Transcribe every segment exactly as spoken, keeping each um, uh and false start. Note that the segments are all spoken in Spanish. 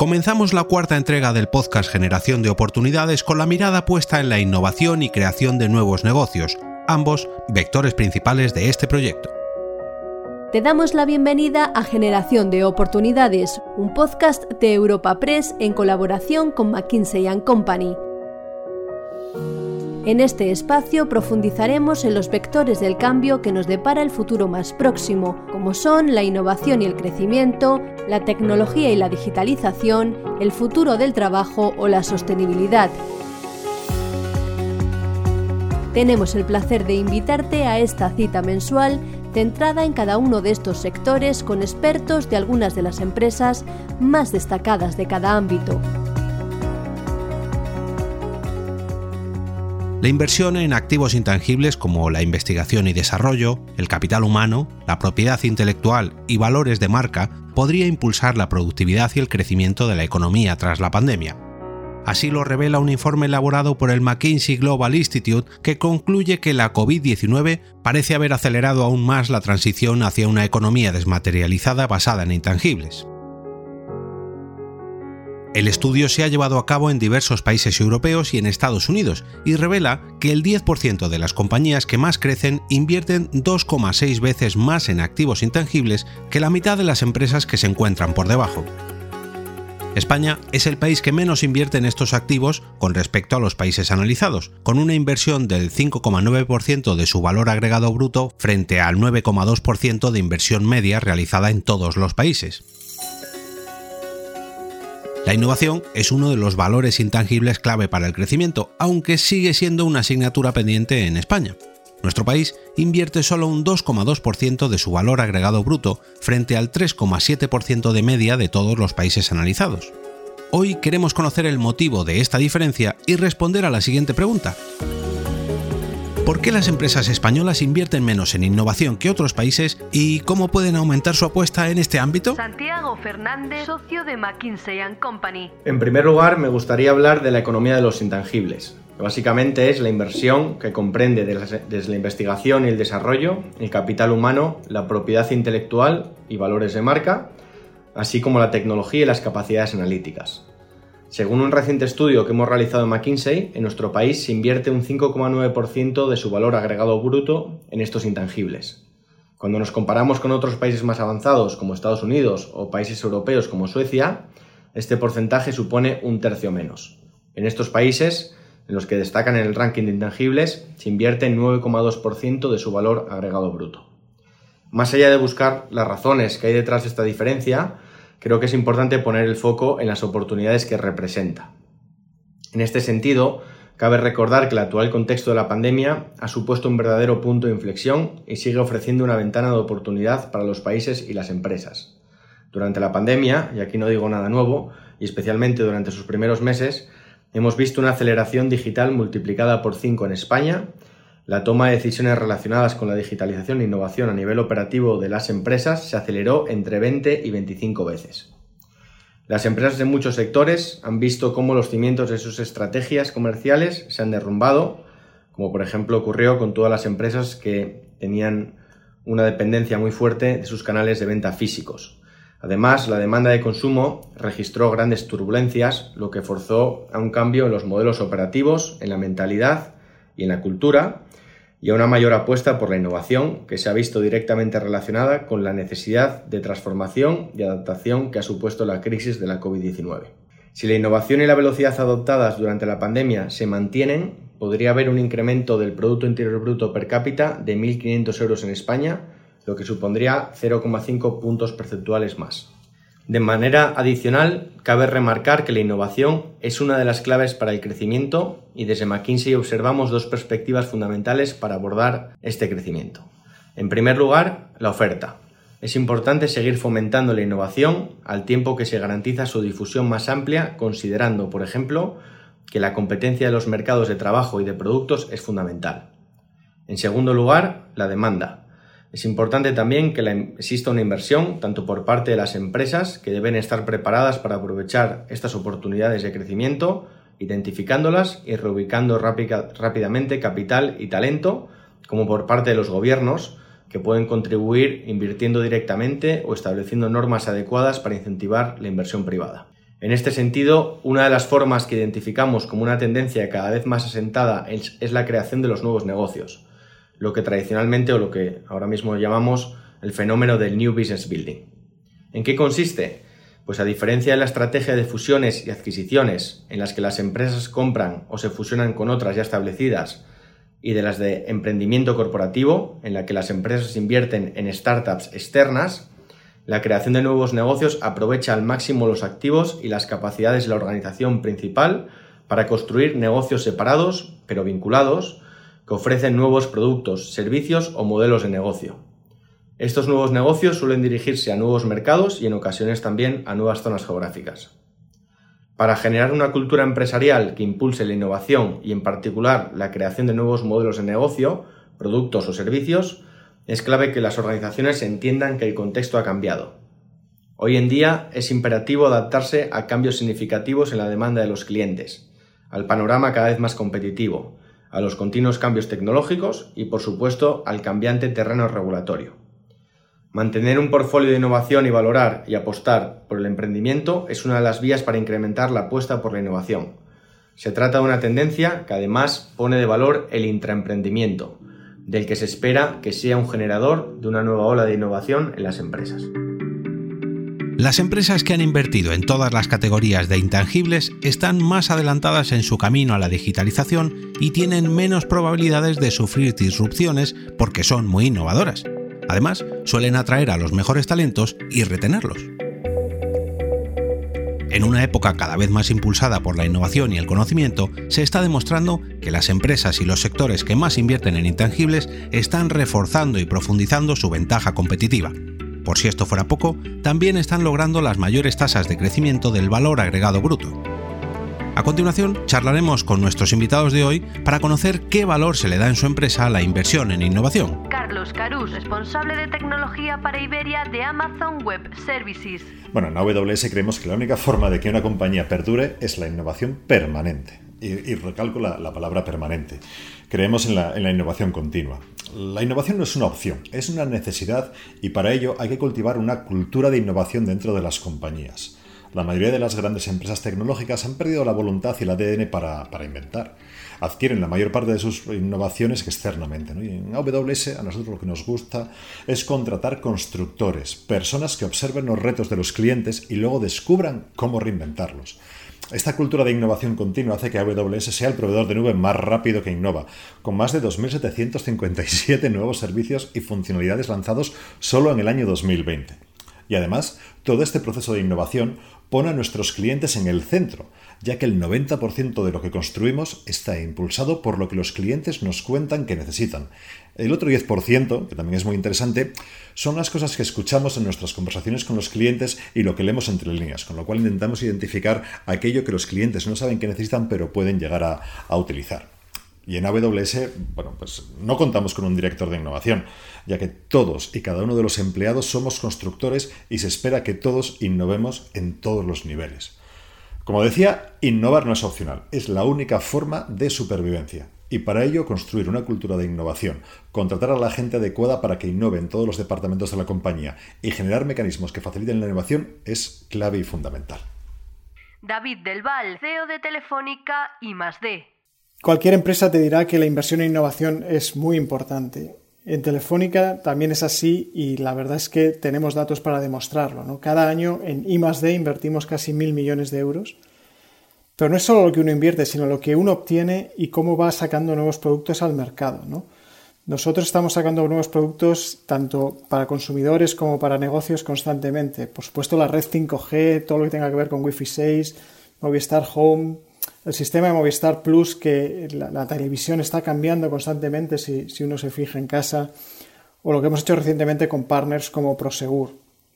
Comenzamos la cuarta entrega del podcast Generación de Oportunidades con la mirada puesta en la innovación y creación de nuevos negocios, ambos vectores principales de este proyecto. Te damos la bienvenida a Generación de Oportunidades, un podcast de Europa Press en colaboración con McKinsey and Company. En este espacio profundizaremos en los vectores del cambio que nos depara el futuro más próximo, como son la innovación y el crecimiento, la tecnología y la digitalización, el futuro del trabajo o la sostenibilidad. Tenemos el placer de invitarte a esta cita mensual centrada en cada uno de estos sectores con expertos de algunas de las empresas más destacadas de cada ámbito. La inversión en activos intangibles como la investigación y desarrollo, el capital humano, la propiedad intelectual y valores de marca podría impulsar la productividad y el crecimiento de la economía tras la pandemia. Así lo revela un informe elaborado por el McKinsey Global Institute que concluye que la covid diecinueve parece haber acelerado aún más la transición hacia una economía desmaterializada basada en intangibles. El estudio se ha llevado a cabo en diversos países europeos y en Estados Unidos y revela que el diez por ciento de las compañías que más crecen invierten dos coma seis veces más en activos intangibles que la mitad de las empresas que se encuentran por debajo. España es el país que menos invierte en estos activos con respecto a los países analizados, con una inversión del cinco coma nueve por ciento de su valor agregado bruto frente al nueve coma dos por ciento de inversión media realizada en todos los países. La innovación es uno de los valores intangibles clave para el crecimiento, aunque sigue siendo una asignatura pendiente en España. Nuestro país invierte solo un dos coma dos por ciento de su valor agregado bruto frente al tres coma siete por ciento de media de todos los países analizados. Hoy queremos conocer el motivo de esta diferencia y responder a la siguiente pregunta. ¿Por qué las empresas españolas invierten menos en innovación que otros países y cómo pueden aumentar su apuesta en este ámbito? Santiago Fernández, socio de McKinsey and Company. En primer lugar, me gustaría hablar de la economía de los intangibles, que básicamente es la inversión que comprende desde la investigación y el desarrollo, el capital humano, la propiedad intelectual y valores de marca, así como la tecnología y las capacidades analíticas. Según un reciente estudio que hemos realizado en McKinsey, en nuestro país se invierte un cinco coma nueve por ciento de su valor agregado bruto en estos intangibles. Cuando nos comparamos con otros países más avanzados como Estados Unidos o países europeos como Suecia, este porcentaje supone un tercio menos. En estos países, en los que destacan en el ranking de intangibles, se invierte el nueve coma dos por ciento de su valor agregado bruto. Más allá de buscar las razones que hay detrás de esta diferencia, creo que es importante poner el foco en las oportunidades que representa. En este sentido, cabe recordar que el actual contexto de la pandemia ha supuesto un verdadero punto de inflexión y sigue ofreciendo una ventana de oportunidad para los países y las empresas. Durante la pandemia, y aquí no digo nada nuevo, y especialmente durante sus primeros meses, hemos visto una aceleración digital multiplicada por cinco en España. La toma de decisiones relacionadas con la digitalización e innovación a nivel operativo de las empresas se aceleró entre veinte y veinticinco veces. Las empresas de muchos sectores han visto cómo los cimientos de sus estrategias comerciales se han derrumbado, como por ejemplo ocurrió con todas las empresas que tenían una dependencia muy fuerte de sus canales de venta físicos. Además, la demanda de consumo registró grandes turbulencias, lo que forzó a un cambio en los modelos operativos, en la mentalidad y en la cultura, y a una mayor apuesta por la innovación que se ha visto directamente relacionada con la necesidad de transformación y adaptación que ha supuesto la crisis de la covid diecinueve. Si la innovación y la velocidad adoptadas durante la pandemia se mantienen, podría haber un incremento del Producto Interior Bruto per cápita de mil quinientos euros en España, lo que supondría cero coma cinco puntos percentuales más. De manera adicional, cabe remarcar que la innovación es una de las claves para el crecimiento y desde McKinsey observamos dos perspectivas fundamentales para abordar este crecimiento. En primer lugar, la oferta. Es importante seguir fomentando la innovación al tiempo que se garantiza su difusión más amplia, considerando, por ejemplo, que la competencia de los mercados de trabajo y de productos es fundamental. En segundo lugar, la demanda. Es importante también que la, exista una inversión, tanto por parte de las empresas, que deben estar preparadas para aprovechar estas oportunidades de crecimiento, identificándolas y reubicando rápida, rápidamente capital y talento, como por parte de los gobiernos, que pueden contribuir invirtiendo directamente o estableciendo normas adecuadas para incentivar la inversión privada. En este sentido, una de las formas que identificamos como una tendencia cada vez más asentada es, es la creación de los nuevos negocios, lo que tradicionalmente o lo que ahora mismo llamamos el fenómeno del New Business Building. ¿En qué consiste? Pues a diferencia de la estrategia de fusiones y adquisiciones en las que las empresas compran o se fusionan con otras ya establecidas y de las de emprendimiento corporativo, en la que las empresas invierten en startups externas, la creación de nuevos negocios aprovecha al máximo los activos y las capacidades de la organización principal para construir negocios separados, pero vinculados, que ofrecen nuevos productos, servicios o modelos de negocio. Estos nuevos negocios suelen dirigirse a nuevos mercados y en ocasiones también a nuevas zonas geográficas. Para generar una cultura empresarial que impulse la innovación y en particular la creación de nuevos modelos de negocio, productos o servicios, es clave que las organizaciones entiendan que el contexto ha cambiado. Hoy en día es imperativo adaptarse a cambios significativos en la demanda de los clientes, al panorama cada vez más competitivo, a los continuos cambios tecnológicos y, por supuesto, al cambiante terreno regulatorio. Mantener un portfolio de innovación y valorar y apostar por el emprendimiento es una de las vías para incrementar la apuesta por la innovación. Se trata de una tendencia que además pone de valor el intraemprendimiento, del que se espera que sea un generador de una nueva ola de innovación en las empresas. Las empresas que han invertido en todas las categorías de intangibles están más adelantadas en su camino a la digitalización y tienen menos probabilidades de sufrir disrupciones porque son muy innovadoras. Además, suelen atraer a los mejores talentos y retenerlos. En una época cada vez más impulsada por la innovación y el conocimiento, se está demostrando que las empresas y los sectores que más invierten en intangibles están reforzando y profundizando su ventaja competitiva. Por si esto fuera poco, también están logrando las mayores tasas de crecimiento del valor agregado bruto. A continuación, charlaremos con nuestros invitados de hoy para conocer qué valor se le da en su empresa a la inversión en innovación. Carlos Carús, responsable de tecnología para Iberia de Amazon Web Services. Bueno, en A W S creemos que la única forma de que una compañía perdure es la innovación permanente. Y, y recalco la, la palabra permanente. Creemos en la, en la innovación continua. La innovación no es una opción, es una necesidad y para ello hay que cultivar una cultura de innovación dentro de las compañías. La mayoría de las grandes empresas tecnológicas han perdido la voluntad y el A D N para, para inventar. Adquieren la mayor parte de sus innovaciones externamente, ¿no? Y en A W S a nosotros lo que nos gusta es contratar constructores, personas que observen los retos de los clientes y luego descubran cómo reinventarlos. Esta cultura de innovación continua hace que A W S sea el proveedor de nube más rápido que innova, con más de dos mil setecientos cincuenta y siete nuevos servicios y funcionalidades lanzados solo en el año dos mil veinte. Y además, todo este proceso de innovación pone a nuestros clientes en el centro, ya que el noventa por ciento de lo que construimos está impulsado por lo que los clientes nos cuentan que necesitan. El otro diez por ciento, que también es muy interesante, son las cosas que escuchamos en nuestras conversaciones con los clientes y lo que leemos entre líneas, con lo cual intentamos identificar aquello que los clientes no saben que necesitan pero pueden llegar a, a utilizar. Y en A W S, bueno, pues no contamos con un director de innovación, ya que todos y cada uno de los empleados somos constructores y se espera que todos innovemos en todos los niveles. Como decía, innovar no es opcional, es la única forma de supervivencia. Y para ello, construir una cultura de innovación, contratar a la gente adecuada para que innove en todos los departamentos de la compañía y generar mecanismos que faciliten la innovación es clave y fundamental. David Del Val, C E O de Telefónica I más D. Cualquier empresa te dirá que la inversión en innovación es muy importante. En Telefónica también es así y la verdad es que tenemos datos para demostrarlo, ¿no? Cada año en I más D invertimos casi mil millones de euros. Pero no es solo lo que uno invierte, sino lo que uno obtiene y cómo va sacando nuevos productos al mercado, ¿no? Nosotros estamos sacando nuevos productos tanto para consumidores como para negocios constantemente. Por supuesto, la red cinco G, todo lo que tenga que ver con Wi-Fi seis, Movistar Home, el sistema de Movistar Plus, que la, la televisión está cambiando constantemente si, si uno se fija en casa, o lo que hemos hecho recientemente con partners como Prosegur.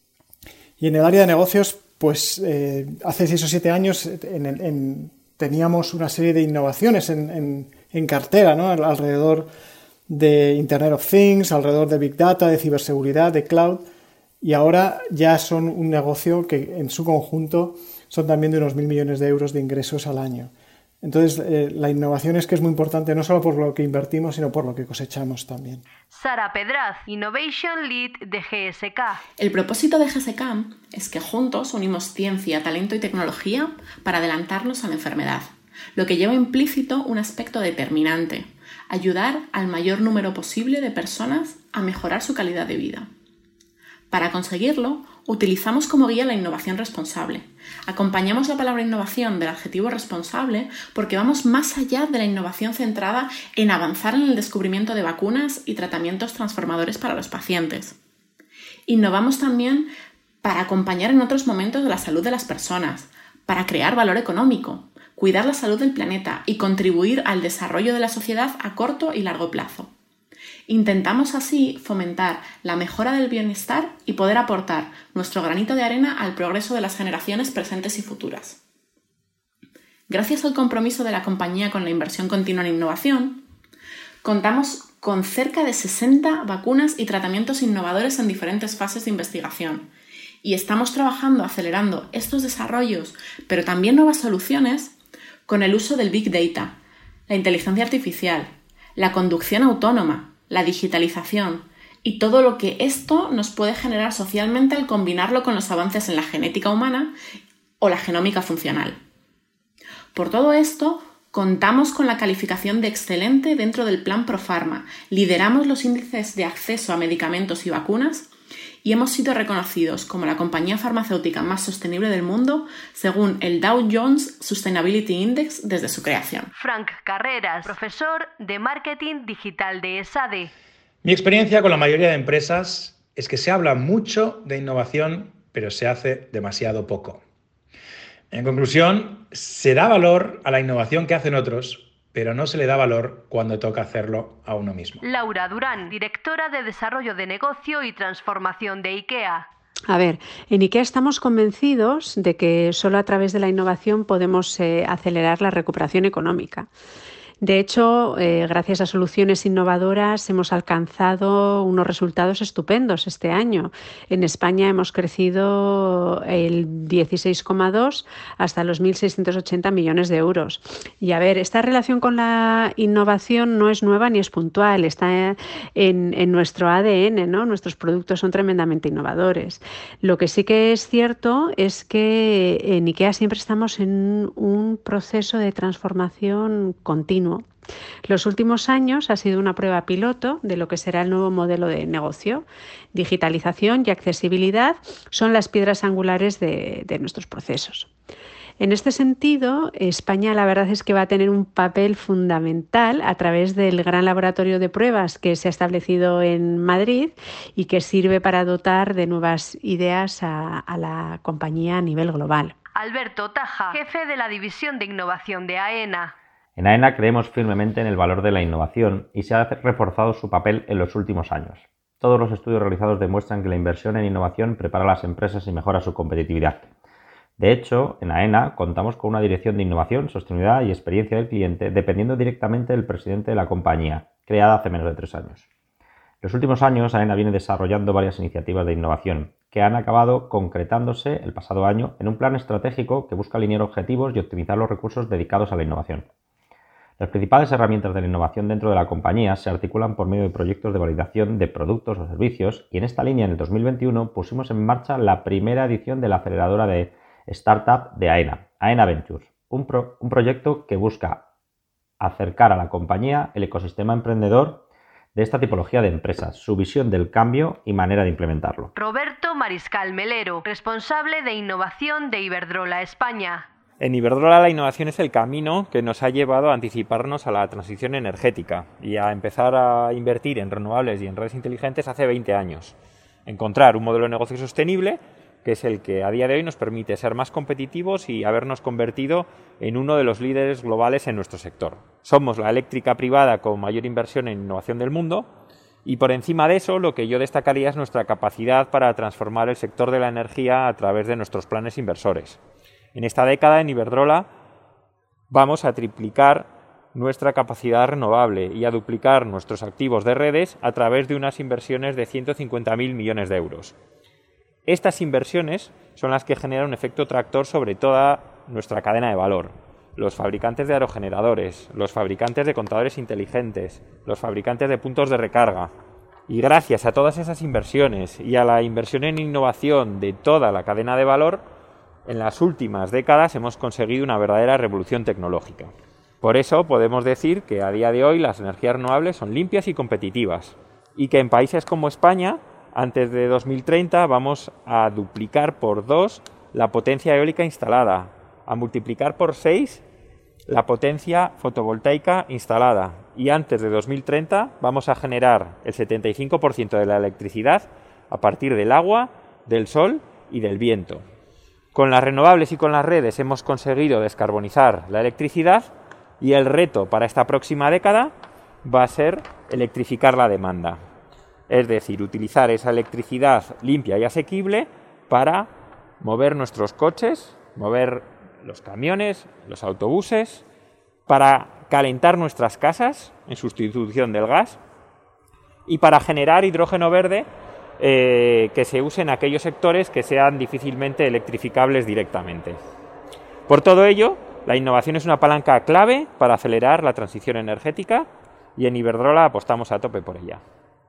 Y en el área de negocios, pues eh, hace seis o siete años en, en, teníamos una serie de innovaciones en, en, en cartera, ¿no? Alrededor de Internet of Things, alrededor de Big Data, de ciberseguridad, de cloud, y ahora ya son un negocio que en su conjunto son también de unos mil millones de euros de ingresos al año. Entonces, eh, la innovación es que es muy importante no solo por lo que invertimos, sino por lo que cosechamos también. Sara Pedraz, Innovation Lead de G S K. El propósito de G S K es que juntos unimos ciencia, talento y tecnología para adelantarnos a la enfermedad, lo que lleva implícito un aspecto determinante: ayudar al mayor número posible de personas a mejorar su calidad de vida. Para conseguirlo, utilizamos como guía la innovación responsable. Acompañamos la palabra innovación del adjetivo responsable porque vamos más allá de la innovación centrada en avanzar en el descubrimiento de vacunas y tratamientos transformadores para los pacientes. Innovamos también para acompañar en otros momentos de la salud de las personas, para crear valor económico, cuidar la salud del planeta y contribuir al desarrollo de la sociedad a corto y largo plazo. Intentamos así fomentar la mejora del bienestar y poder aportar nuestro granito de arena al progreso de las generaciones presentes y futuras. Gracias al compromiso de la compañía con la inversión continua en innovación, contamos con cerca de sesenta vacunas y tratamientos innovadores en diferentes fases de investigación y estamos trabajando acelerando estos desarrollos, pero también nuevas soluciones con el uso del Big Data, la inteligencia artificial, la conducción autónoma, la digitalización y todo lo que esto nos puede generar socialmente al combinarlo con los avances en la genética humana o la genómica funcional. Por todo esto, contamos con la calificación de excelente dentro del Plan Profarma, lideramos los índices de acceso a medicamentos y vacunas y hemos sido reconocidos como la compañía farmacéutica más sostenible del mundo según el Dow Jones Sustainability Index desde su creación. Frank Carreras, profesor de Marketing Digital de ESADE. Mi experiencia con la mayoría de empresas es que se habla mucho de innovación, pero se hace demasiado poco. En conclusión, se da valor a la innovación que hacen otros, pero no se le da valor cuando toca hacerlo a uno mismo. Laura Durán, directora de Desarrollo de Negocio y Transformación de IKEA. A ver, en IKEA estamos convencidos de que solo a través de la innovación podemos eh, acelerar la recuperación económica. De hecho, eh, gracias a soluciones innovadoras hemos alcanzado unos resultados estupendos este año. En España hemos crecido el dieciséis coma dos hasta los mil seiscientos ochenta millones de euros. Y a ver, esta relación con la innovación no es nueva ni es puntual, está en, en nuestro A D N, ¿no? Nuestros productos son tremendamente innovadores. Lo que sí que es cierto es que en IKEA siempre estamos en un proceso de transformación continua. Los últimos años ha sido una prueba piloto de lo que será el nuevo modelo de negocio. Digitalización y accesibilidad son las piedras angulares de, de nuestros procesos. En este sentido, España la verdad es que va a tener un papel fundamental a través del gran laboratorio de pruebas que se ha establecido en Madrid y que sirve para dotar de nuevas ideas a, a la compañía a nivel global. Alberto Taja, jefe de la División de Innovación de AENA. En AENA creemos firmemente en el valor de la innovación y se ha reforzado su papel en los últimos años. Todos los estudios realizados demuestran que la inversión en innovación prepara a las empresas y mejora su competitividad. De hecho, en AENA contamos con una dirección de innovación, sostenibilidad y experiencia del cliente dependiendo directamente del presidente de la compañía, creada hace menos de tres años. En los últimos años, AENA viene desarrollando varias iniciativas de innovación que han acabado concretándose el pasado año en un plan estratégico que busca alinear objetivos y optimizar los recursos dedicados a la innovación. Las principales herramientas de la innovación dentro de la compañía se articulan por medio de proyectos de validación de productos o servicios y en esta línea en el dos mil veintiuno pusimos en marcha la primera edición de la aceleradora de startup de AENA, AENA Ventures, un, pro, un proyecto que busca acercar a la compañía el ecosistema emprendedor de esta tipología de empresas, su visión del cambio y manera de implementarlo. Roberto Mariscal Melero, responsable de innovación de Iberdrola España. En Iberdrola la innovación es el camino que nos ha llevado a anticiparnos a la transición energética y a empezar a invertir en renovables y en redes inteligentes hace veinte años. Encontrar un modelo de negocio sostenible que es el que a día de hoy nos permite ser más competitivos y habernos convertido en uno de los líderes globales en nuestro sector. Somos la eléctrica privada con mayor inversión en innovación del mundo y por encima de eso lo que yo destacaría es nuestra capacidad para transformar el sector de la energía a través de nuestros planes inversores. En esta década en Iberdrola vamos a triplicar nuestra capacidad renovable y a duplicar nuestros activos de redes a través de unas inversiones de ciento cincuenta mil millones de euros. Estas inversiones son las que generan un efecto tractor sobre toda nuestra cadena de valor. los fabricantes de aerogeneradores, los fabricantes de contadores inteligentes, los fabricantes de puntos de recarga. Y gracias a todas esas inversiones y a la inversión en innovación de toda la cadena de valor, en las últimas décadas hemos conseguido una verdadera revolución tecnológica. Por eso podemos decir que a día de hoy las energías renovables son limpias y competitivas, y que en países como España, antes de dos mil treinta, vamos a duplicar por dos la potencia eólica instalada, a multiplicar por seis la potencia fotovoltaica instalada, y antes de dos mil treinta vamos a generar el setenta y cinco por ciento de la electricidad a partir del agua, del sol y del viento. Con las renovables y con las redes hemos conseguido descarbonizar la electricidad, y el reto para esta próxima década va a ser electrificar la demanda. Es decir, utilizar esa electricidad limpia y asequible para mover nuestros coches, mover los camiones, los autobuses, para calentar nuestras casas en sustitución del gas y para generar hidrógeno verde eh, que se use en aquellos sectores que sean difícilmente electrificables directamente. Por todo ello, la innovación es una palanca clave para acelerar la transición energética y en Iberdrola apostamos a tope por ella.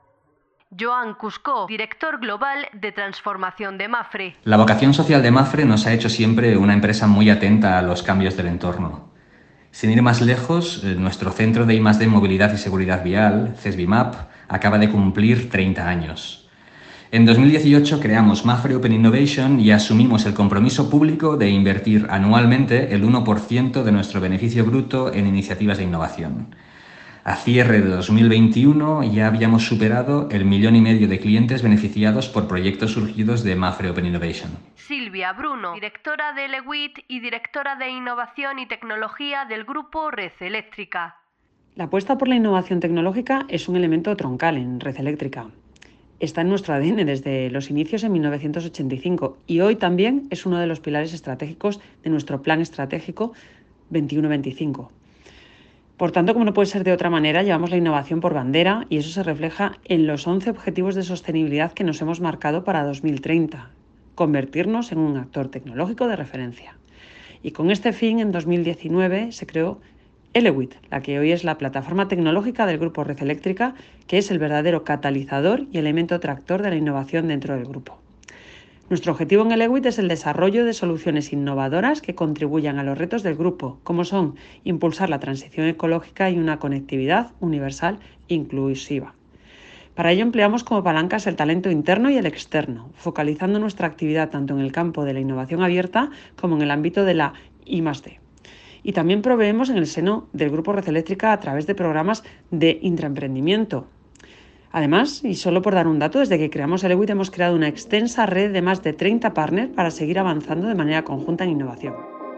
Joan Cuscó, director global de transformación de Mapfre. La vocación social de Mapfre nos ha hecho siempre una empresa muy atenta a los cambios del entorno. Sin ir más lejos, nuestro Centro de I más D Movilidad y Seguridad Vial, CESBIMAP, acaba de cumplir treinta años. En dos mil dieciocho creamos Mapfre Open Innovation y asumimos el compromiso público de invertir anualmente el uno por ciento de nuestro beneficio bruto en iniciativas de innovación. A cierre de dos mil veintiuno ya habíamos superado el millón y medio de clientes beneficiados por proyectos surgidos de Mapfre Open Innovation. Silvia Bruno, directora de Elewit y directora de Innovación y Tecnología del grupo Red Eléctrica. La apuesta por la innovación tecnológica es un elemento troncal en Red Eléctrica. Está en nuestro A D N desde los inicios en mil novecientos ochenta y cinco y hoy también es uno de los pilares estratégicos de nuestro Plan Estratégico veintiuno veinticinco. Por tanto, como no puede ser de otra manera, llevamos la innovación por bandera y eso se refleja en los once objetivos de sostenibilidad que nos hemos marcado para dos mil treinta, convertirnos en un actor tecnológico de referencia. Y con este fin, en dos mil diecinueve se creó Elewit, la que hoy es la plataforma tecnológica del grupo Red Eléctrica, que es el verdadero catalizador y elemento tractor de la innovación dentro del grupo. Nuestro objetivo en Elewit es el desarrollo de soluciones innovadoras que contribuyan a los retos del grupo, como son impulsar la transición ecológica y una conectividad universal inclusiva. Para ello empleamos como palancas el talento interno y el externo, focalizando nuestra actividad tanto en el campo de la innovación abierta como en el ámbito de la I más D. Y también proveemos en el seno del Grupo Red Eléctrica a través de programas de intraemprendimiento. Además, y solo por dar un dato, desde que creamos Elewit hemos creado una extensa red de más de treinta partners para seguir avanzando de manera conjunta en innovación.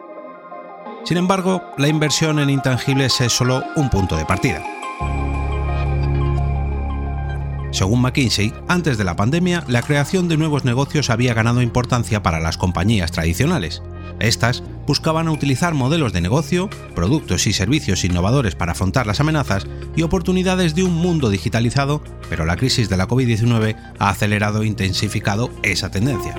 Sin embargo, la inversión en intangibles es solo un punto de partida. Según McKinsey, antes de la pandemia, la creación de nuevos negocios había ganado importancia para las compañías tradicionales. Estas buscaban utilizar modelos de negocio, productos y servicios innovadores para afrontar las amenazas y oportunidades de un mundo digitalizado, pero la crisis de la covid diecinueve ha acelerado e intensificado esa tendencia.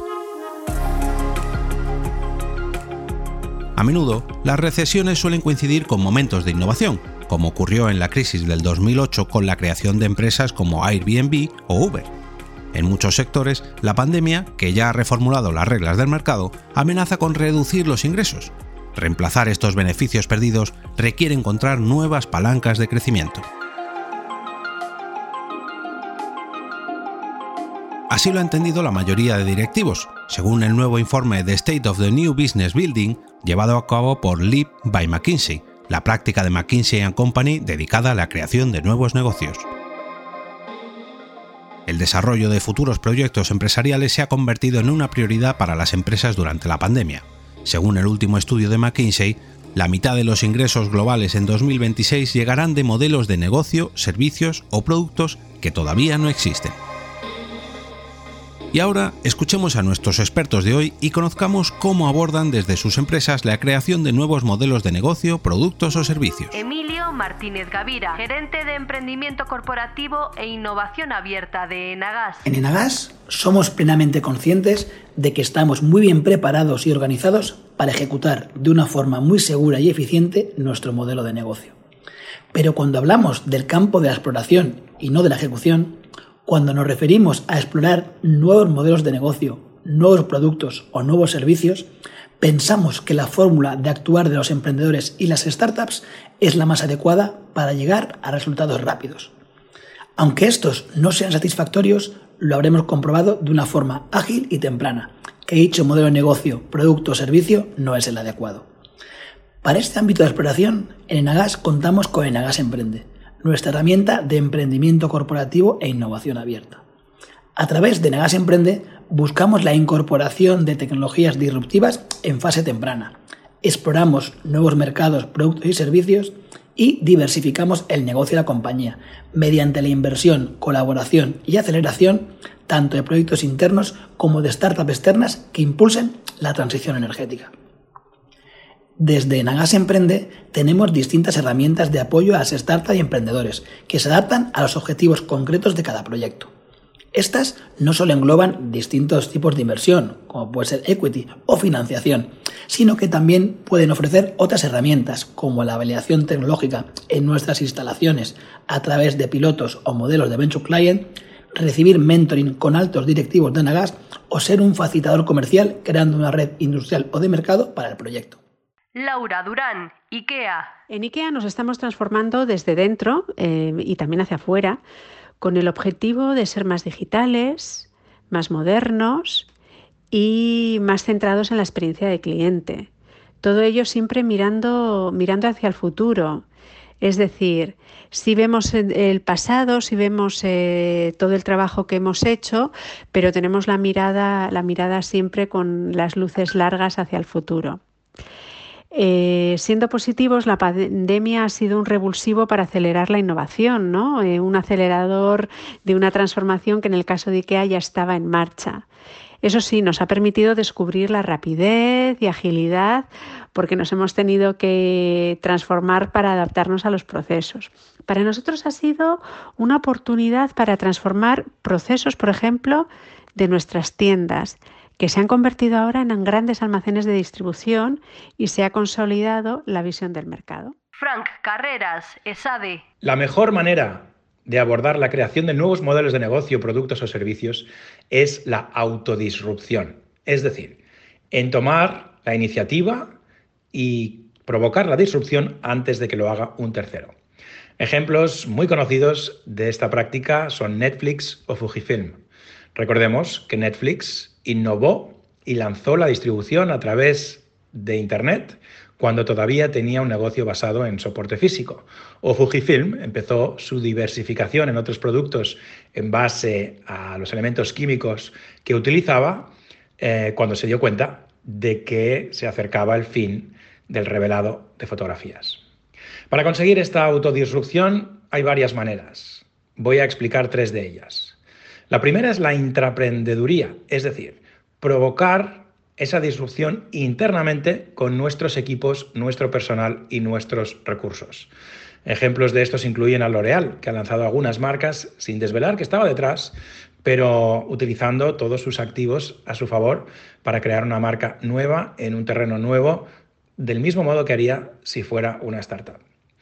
A menudo, las recesiones suelen coincidir con momentos de innovación, como ocurrió en la crisis del dos mil ocho con la creación de empresas como Airbnb o Uber. En muchos sectores, la pandemia, que ya ha reformulado las reglas del mercado, amenaza con reducir los ingresos. Reemplazar estos beneficios perdidos requiere encontrar nuevas palancas de crecimiento. Así lo ha entendido la mayoría de directivos, según el nuevo informe de State of the New Business Building llevado a cabo por Leap by McKinsey, la práctica de McKinsey and Company dedicada a la creación de nuevos negocios. El desarrollo de futuros proyectos empresariales se ha convertido en una prioridad para las empresas durante la pandemia. Según el último estudio de McKinsey, la mitad de los ingresos globales en dos mil veintiséis llegarán de modelos de negocio, servicios o productos que todavía no existen. Y ahora escuchemos a nuestros expertos de hoy y conozcamos cómo abordan desde sus empresas la creación de nuevos modelos de negocio, productos o servicios. Emilio Martínez Gavira, gerente de Emprendimiento Corporativo e Innovación Abierta de Enagas. En Enagas somos plenamente conscientes de que estamos muy bien preparados y organizados para ejecutar de una forma muy segura y eficiente nuestro modelo de negocio. Pero cuando hablamos del campo de la exploración y no de la ejecución, cuando nos referimos a explorar nuevos modelos de negocio, nuevos productos o nuevos servicios, pensamos que la fórmula de actuar de los emprendedores y las startups es la más adecuada para llegar a resultados rápidos. Aunque estos no sean satisfactorios, lo habremos comprobado de una forma ágil y temprana, que dicho modelo de negocio, producto o servicio no es el adecuado. Para este ámbito de exploración, en Enagas contamos con Enagas Emprende, nuestra herramienta de emprendimiento corporativo e innovación abierta. A través de Enagas Emprende buscamos la incorporación de tecnologías disruptivas en fase temprana, exploramos nuevos mercados, productos y servicios y diversificamos el negocio de la compañía mediante la inversión, colaboración y aceleración tanto de proyectos internos como de startups externas que impulsen la transición energética. Desde Enagas Emprende tenemos distintas herramientas de apoyo a las startups y emprendedores que se adaptan a los objetivos concretos de cada proyecto. Estas no solo engloban distintos tipos de inversión, como puede ser equity o financiación, sino que también pueden ofrecer otras herramientas como la validación tecnológica en nuestras instalaciones a través de pilotos o modelos de Venture Client, recibir mentoring con altos directivos de Enagas o ser un facilitador comercial creando una red industrial o de mercado para el proyecto. Laura Durán, IKEA. En IKEA nos estamos transformando desde dentro eh, y también hacia afuera con el objetivo de ser más digitales, más modernos y más centrados en la experiencia de cliente. Todo ello siempre mirando, mirando hacia el futuro. Es decir, si vemos el pasado, si vemos eh, todo el trabajo que hemos hecho, pero tenemos la mirada, la mirada siempre con las luces largas hacia el futuro. Eh, siendo positivos, la pandemia ha sido un revulsivo para acelerar la innovación, ¿no? Eh, un acelerador de una transformación que en el caso de IKEA ya estaba en marcha. Eso sí, nos ha permitido descubrir la rapidez y agilidad porque nos hemos tenido que transformar para adaptarnos a los procesos. Para nosotros ha sido una oportunidad para transformar procesos, por ejemplo, de nuestras tiendas, que se han convertido ahora en grandes almacenes de distribución y se ha consolidado la visión del mercado. Frank Carreras, ESADE. La mejor manera de abordar la creación de nuevos modelos de negocio, productos o servicios es la autodisrupción, es decir, en tomar la iniciativa y provocar la disrupción antes de que lo haga un tercero. Ejemplos muy conocidos de esta práctica son Netflix o Fujifilm. Recordemos que Netflix innovó y lanzó la distribución a través de Internet cuando todavía tenía un negocio basado en soporte físico. O Fujifilm empezó su diversificación en otros productos en base a los elementos químicos que utilizaba eh, cuando se dio cuenta de que se acercaba el fin del revelado de fotografías. Para conseguir esta autodisrupción hay varias maneras. Voy a explicar tres de ellas. La primera es la intraprendeduría, es decir, provocar esa disrupción internamente con nuestros equipos, nuestro personal y nuestros recursos. Ejemplos de estos incluyen a L'Oréal, que ha lanzado algunas marcas sin desvelar que estaba detrás, pero utilizando todos sus activos a su favor para crear una marca nueva en un terreno nuevo, del mismo modo que haría si fuera una startup.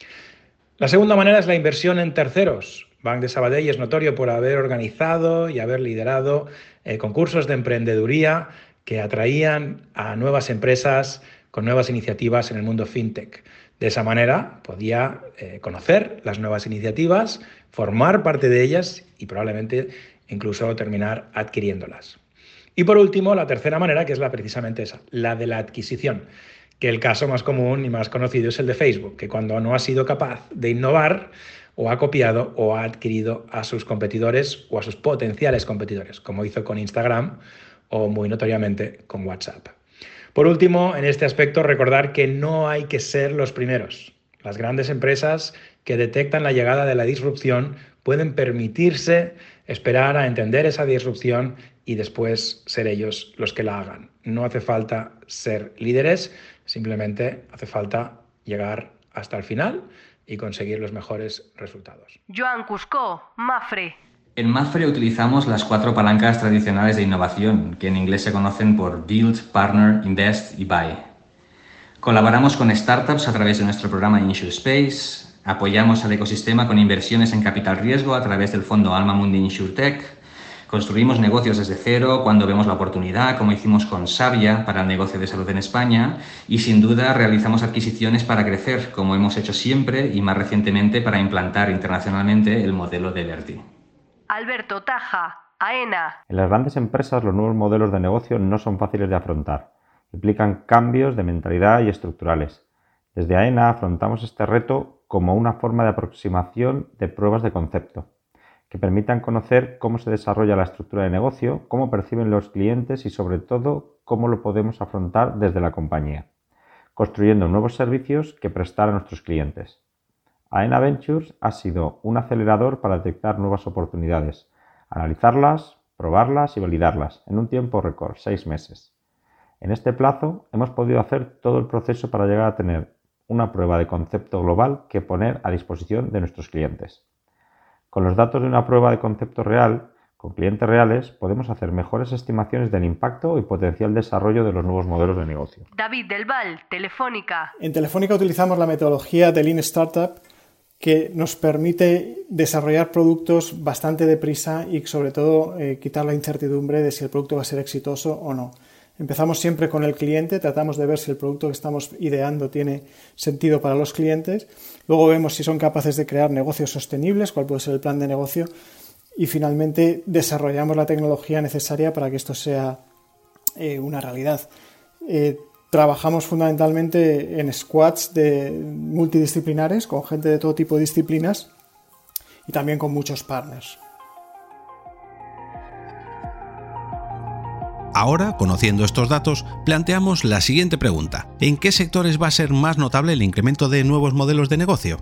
La segunda manera es la inversión en terceros. Banc de Sabadell es notorio por haber organizado y haber liderado eh, concursos de emprendeduría que atraían a nuevas empresas con nuevas iniciativas en el mundo fintech. De esa manera podía eh, conocer las nuevas iniciativas, formar parte de ellas y probablemente incluso terminar adquiriéndolas. Y por último, la tercera manera, que es la precisamente esa, la de la adquisición, que el caso más común y más conocido es el de Facebook, que cuando no ha sido capaz de innovar, o ha copiado o ha adquirido a sus competidores o a sus potenciales competidores, como hizo con Instagram o muy notoriamente con WhatsApp. Por último, en este aspecto, recordar que no hay que ser los primeros. Las grandes empresas que detectan la llegada de la disrupción pueden permitirse esperar a entender esa disrupción y después ser ellos los que la hagan. No hace falta ser líderes, simplemente hace falta llegar hasta el final y conseguir los mejores resultados. Joan Cuscó, Mapfre. En Mapfre utilizamos las cuatro palancas tradicionales de innovación, que en inglés se conocen por Build, Partner, Invest y Buy. Colaboramos con startups a través de nuestro programa InsureSpace, apoyamos al ecosistema con inversiones en capital riesgo a través del fondo Alma Mundi InsurTech, construimos negocios desde cero cuando vemos la oportunidad, como hicimos con Savia para el negocio de salud en España, y sin duda realizamos adquisiciones para crecer, como hemos hecho siempre y más recientemente para implantar internacionalmente el modelo de Verti. Alberto Taja, AENA. En las grandes empresas los nuevos modelos de negocio no son fáciles de afrontar. Implican cambios de mentalidad y estructurales. Desde AENA afrontamos este reto como una forma de aproximación de pruebas de concepto, que permitan conocer cómo se desarrolla la estructura de negocio, cómo perciben los clientes y sobre todo cómo lo podemos afrontar desde la compañía, construyendo nuevos servicios que prestar a nuestros clientes. AENA Ventures ha sido un acelerador para detectar nuevas oportunidades, analizarlas, probarlas y validarlas en un tiempo récord, seis meses. En este plazo hemos podido hacer todo el proceso para llegar a tener una prueba de concepto global que poner a disposición de nuestros clientes. Con los datos de una prueba de concepto real, con clientes reales, podemos hacer mejores estimaciones del impacto y potencial desarrollo de los nuevos modelos de negocio. David Del Val, Telefónica. En Telefónica utilizamos la metodología de Lean Startup, que nos permite desarrollar productos bastante deprisa y sobre todo eh, quitar la incertidumbre de si el producto va a ser exitoso o no. Empezamos siempre con el cliente, tratamos de ver si el producto que estamos ideando tiene sentido para los clientes, luego vemos si son capaces de crear negocios sostenibles, cuál puede ser el plan de negocio, y finalmente desarrollamos la tecnología necesaria para que esto sea eh, una realidad. Eh, Trabajamos fundamentalmente en squads de multidisciplinares, con gente de todo tipo de disciplinas y también con muchos partners. Ahora, conociendo estos datos, planteamos la siguiente pregunta. ¿En qué sectores va a ser más notable el incremento de nuevos modelos de negocio?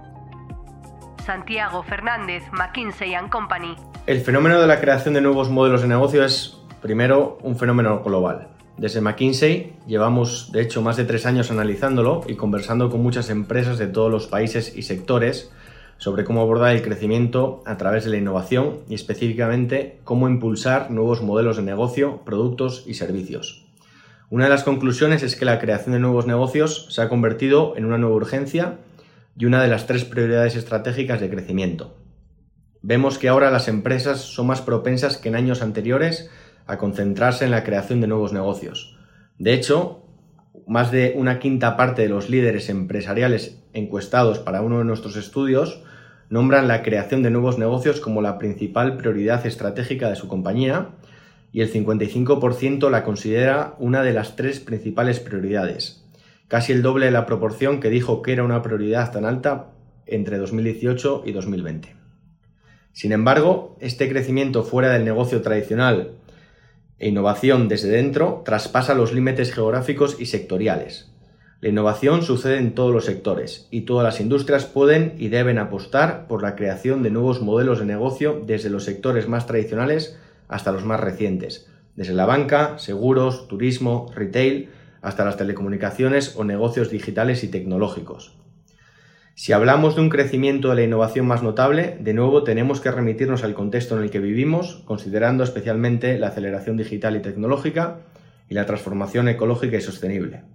Santiago Fernández, McKinsey and Company. El fenómeno de la creación de nuevos modelos de negocio es, primero, un fenómeno global. Desde McKinsey llevamos, de hecho, más de tres años analizándolo y conversando con muchas empresas de todos los países y sectores sobre cómo abordar el crecimiento a través de la innovación y específicamente cómo impulsar nuevos modelos de negocio, productos y servicios. Una de las conclusiones es que la creación de nuevos negocios se ha convertido en una nueva urgencia y una de las tres prioridades estratégicas de crecimiento. Vemos que ahora las empresas son más propensas que en años anteriores a concentrarse en la creación de nuevos negocios. De hecho, más de una quinta parte de los líderes empresariales encuestados para uno de nuestros estudios nombran la creación de nuevos negocios como la principal prioridad estratégica de su compañía y el cincuenta y cinco por ciento la considera una de las tres principales prioridades, casi el doble de la proporción que dijo que era una prioridad tan alta entre dos mil dieciocho y dos mil veinte. Sin embargo, este crecimiento fuera del negocio tradicional e innovación desde dentro traspasa los límites geográficos y sectoriales. La innovación sucede en todos los sectores y todas las industrias pueden y deben apostar por la creación de nuevos modelos de negocio desde los sectores más tradicionales hasta los más recientes, desde la banca, seguros, turismo, retail, hasta las telecomunicaciones o negocios digitales y tecnológicos. Si hablamos de un crecimiento de la innovación más notable, de nuevo tenemos que remitirnos al contexto en el que vivimos, considerando especialmente la aceleración digital y tecnológica y la transformación ecológica y sostenible.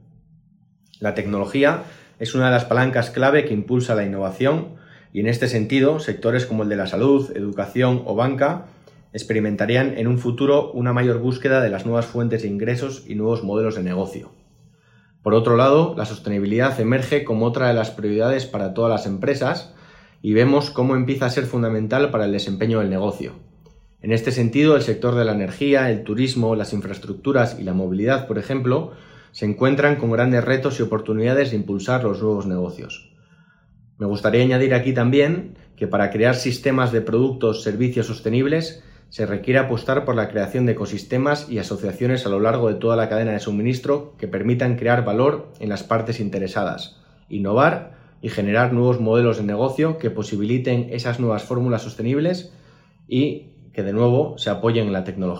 La tecnología es una de las palancas clave que impulsa la innovación y en este sentido, sectores como el de la salud, educación o banca experimentarían en un futuro una mayor búsqueda de las nuevas fuentes de ingresos y nuevos modelos de negocio. Por otro lado, la sostenibilidad emerge como otra de las prioridades para todas las empresas y vemos cómo empieza a ser fundamental para el desempeño del negocio. En este sentido, el sector de la energía, el turismo, las infraestructuras y la movilidad, por ejemplo, se encuentran con grandes retos y oportunidades de impulsar los nuevos negocios. Me gustaría añadir aquí también que para crear sistemas de productos, servicios sostenibles, se requiere apostar por la creación de ecosistemas y asociaciones a lo largo de toda la cadena de suministro que permitan crear valor en las partes interesadas, innovar y generar nuevos modelos de negocio que posibiliten esas nuevas fórmulas sostenibles y que de nuevo se apoyen en la tecnología.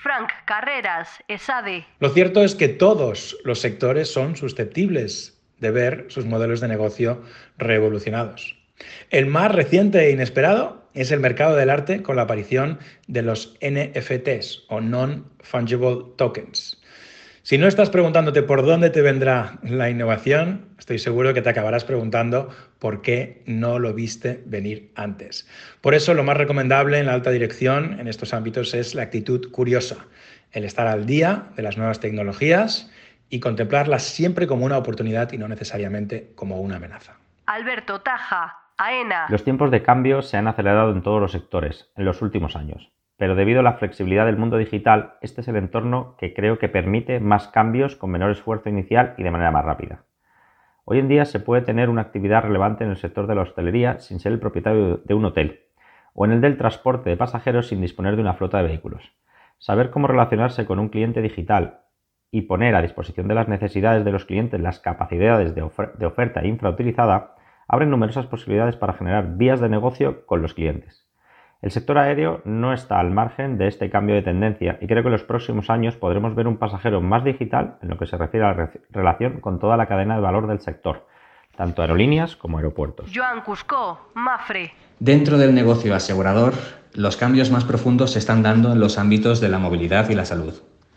Frank Carreras, ESADE. Lo cierto es que todos los sectores son susceptibles de ver sus modelos de negocio revolucionados. El más reciente e inesperado es el mercado del arte con la aparición de los N F Ts o Non-Fungible Tokens. Si no estás preguntándote por dónde te vendrá la innovación, estoy seguro que te acabarás preguntando por qué no lo viste venir antes. Por eso lo más recomendable en la alta dirección en estos ámbitos es la actitud curiosa, el estar al día de las nuevas tecnologías y contemplarlas siempre como una oportunidad y no necesariamente como una amenaza. Alberto Taja, AENA. Los tiempos de cambio se han acelerado en todos los sectores en los últimos años, pero debido a la flexibilidad del mundo digital, este es el entorno que creo que permite más cambios con menor esfuerzo inicial y de manera más rápida. Hoy en día se puede tener una actividad relevante en el sector de la hostelería sin ser el propietario de un hotel, o en el del transporte de pasajeros sin disponer de una flota de vehículos. Saber cómo relacionarse con un cliente digital y poner a disposición de las necesidades de los clientes las capacidades de, ofer- de oferta infrautilizada abren numerosas posibilidades para generar vías de negocio con los clientes. El sector aéreo no está al margen de este cambio de tendencia y creo que en los próximos años podremos ver un pasajero más digital en lo que se refiere a la re- relación con toda la cadena de valor del sector, tanto aerolíneas como aeropuertos. Joan Cuscó, Mafre. Dentro del negocio asegurador, los cambios más profundos se están dando en los ámbitos de la movilidad y la salud.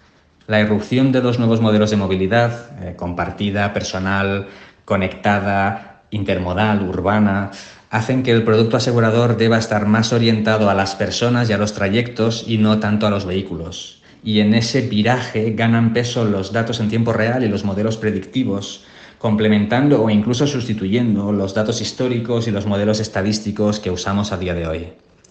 La irrupción de los nuevos modelos de movilidad, eh, compartida, personal, conectada, intermodal, urbana, hacen que el producto asegurador deba estar más orientado a las personas y a los trayectos y no tanto a los vehículos. Y en ese viraje ganan peso los datos en tiempo real y los modelos predictivos, complementando o incluso sustituyendo los datos históricos y los modelos estadísticos que usamos a día de hoy.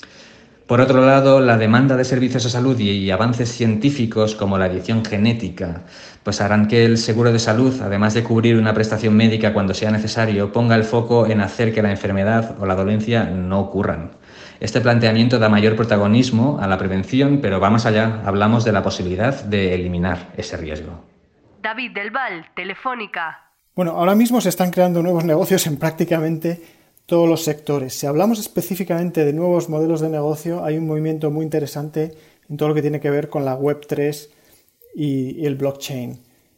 Por otro lado, la demanda de servicios de salud y avances científicos como la edición genética pues harán que el seguro de salud, además de cubrir una prestación médica cuando sea necesario, ponga el foco en hacer que la enfermedad o la dolencia no ocurran. Este planteamiento da mayor protagonismo a la prevención, pero va más allá. Hablamos de la posibilidad de eliminar ese riesgo. David Del Val, Telefónica. Bueno, ahora mismo se están creando nuevos negocios en prácticamente todos los sectores. Si hablamos específicamente de nuevos modelos de negocio, hay un movimiento muy interesante en todo lo que tiene que ver con la web tres y, y el blockchain.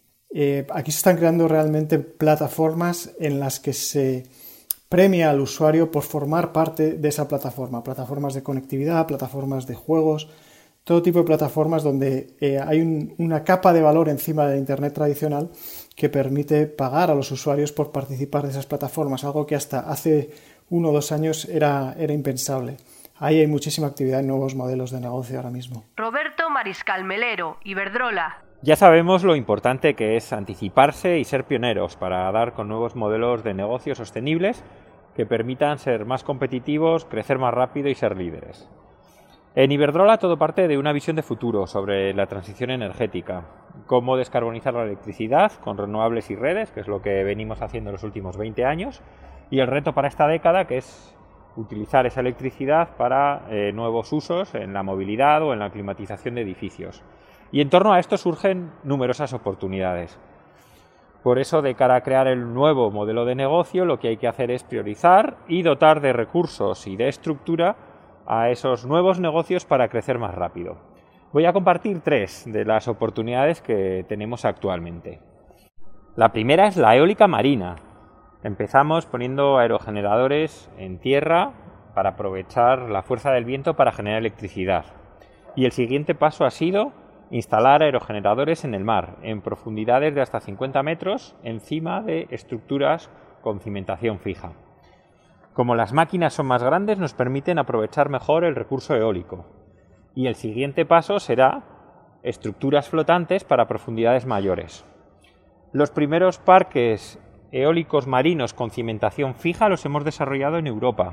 Eh, aquí se están creando realmente plataformas en las que se premia al usuario por formar parte de esa plataforma. Plataformas de conectividad, plataformas de juegos, todo tipo de plataformas donde eh, hay un, una capa de valor encima de Internet tradicional que permite pagar a los usuarios por participar de esas plataformas, algo que hasta hace uno o dos años era, era impensable. Ahí hay muchísima actividad en nuevos modelos de negocio ahora mismo. Roberto Mariscal Melero, Iberdrola. Ya sabemos lo importante que es anticiparse y ser pioneros para dar con nuevos modelos de negocio sostenibles que permitan ser más competitivos, crecer más rápido y ser líderes. En Iberdrola todo parte de una visión de futuro sobre la transición energética, cómo descarbonizar la electricidad con renovables y redes, que es lo que venimos haciendo en los últimos veinte años, y el reto para esta década, que es utilizar esa electricidad para eh, nuevos usos en la movilidad o en la climatización de edificios. Y en torno a esto surgen numerosas oportunidades. Por eso, de cara a crear el nuevo modelo de negocio, lo que hay que hacer es priorizar y dotar de recursos y de estructura a esos nuevos negocios para crecer más rápido. Voy a compartir tres de las oportunidades que tenemos actualmente. La primera es la eólica marina. Empezamos poniendo aerogeneradores en tierra para aprovechar la fuerza del viento para generar electricidad. Y el siguiente paso ha sido instalar aerogeneradores en el mar, en profundidades de hasta cincuenta metros, encima de estructuras con cimentación fija. Como las máquinas son más grandes, nos permiten aprovechar mejor el recurso eólico. Y el siguiente paso será estructuras flotantes para profundidades mayores. Los primeros parques eólicos marinos con cimentación fija los hemos desarrollado en Europa.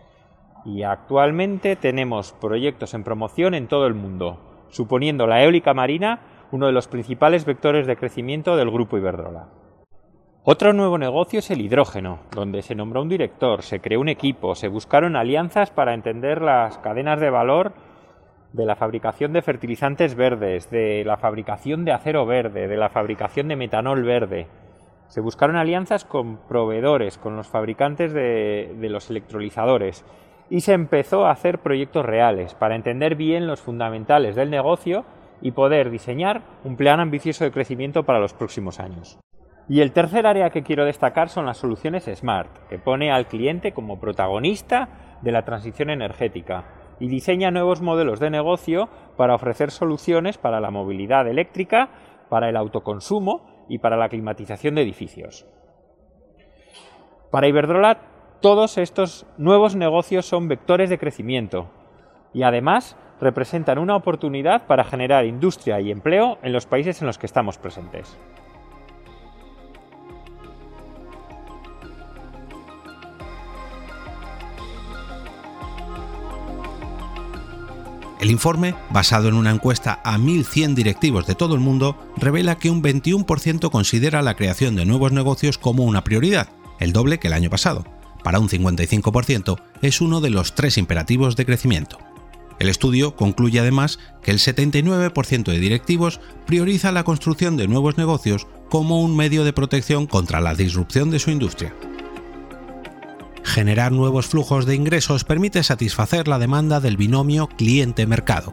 Y actualmente tenemos proyectos en promoción en todo el mundo, suponiendo la eólica marina uno de los principales vectores de crecimiento del grupo Iberdrola. Otro nuevo negocio es el hidrógeno, donde se nombró un director, se creó un equipo, se buscaron alianzas para entender las cadenas de valor de la fabricación de fertilizantes verdes, de la fabricación de acero verde, de la fabricación de metanol verde. Se buscaron alianzas con proveedores, con los fabricantes de, de los electrolizadores y se empezó a hacer proyectos reales para entender bien los fundamentales del negocio y poder diseñar un plan ambicioso de crecimiento para los próximos años. Y el tercer área que quiero destacar son las soluciones Smart, que pone al cliente como protagonista de la transición energética y diseña nuevos modelos de negocio para ofrecer soluciones para la movilidad eléctrica, para el autoconsumo y para la climatización de edificios. Para Iberdrola, todos estos nuevos negocios son vectores de crecimiento y además representan una oportunidad para generar industria y empleo en los países en los que estamos presentes. El informe, basado en una encuesta a mil cien directivos de todo el mundo, revela que un veintiuno por ciento considera la creación de nuevos negocios como una prioridad, el doble que el año pasado. Para un cincuenta y cinco por ciento es uno de los tres imperativos de crecimiento. El estudio concluye además que el setenta y nueve por ciento de directivos prioriza la construcción de nuevos negocios como un medio de protección contra la disrupción de su industria. Generar nuevos flujos de ingresos permite satisfacer la demanda del binomio cliente-mercado.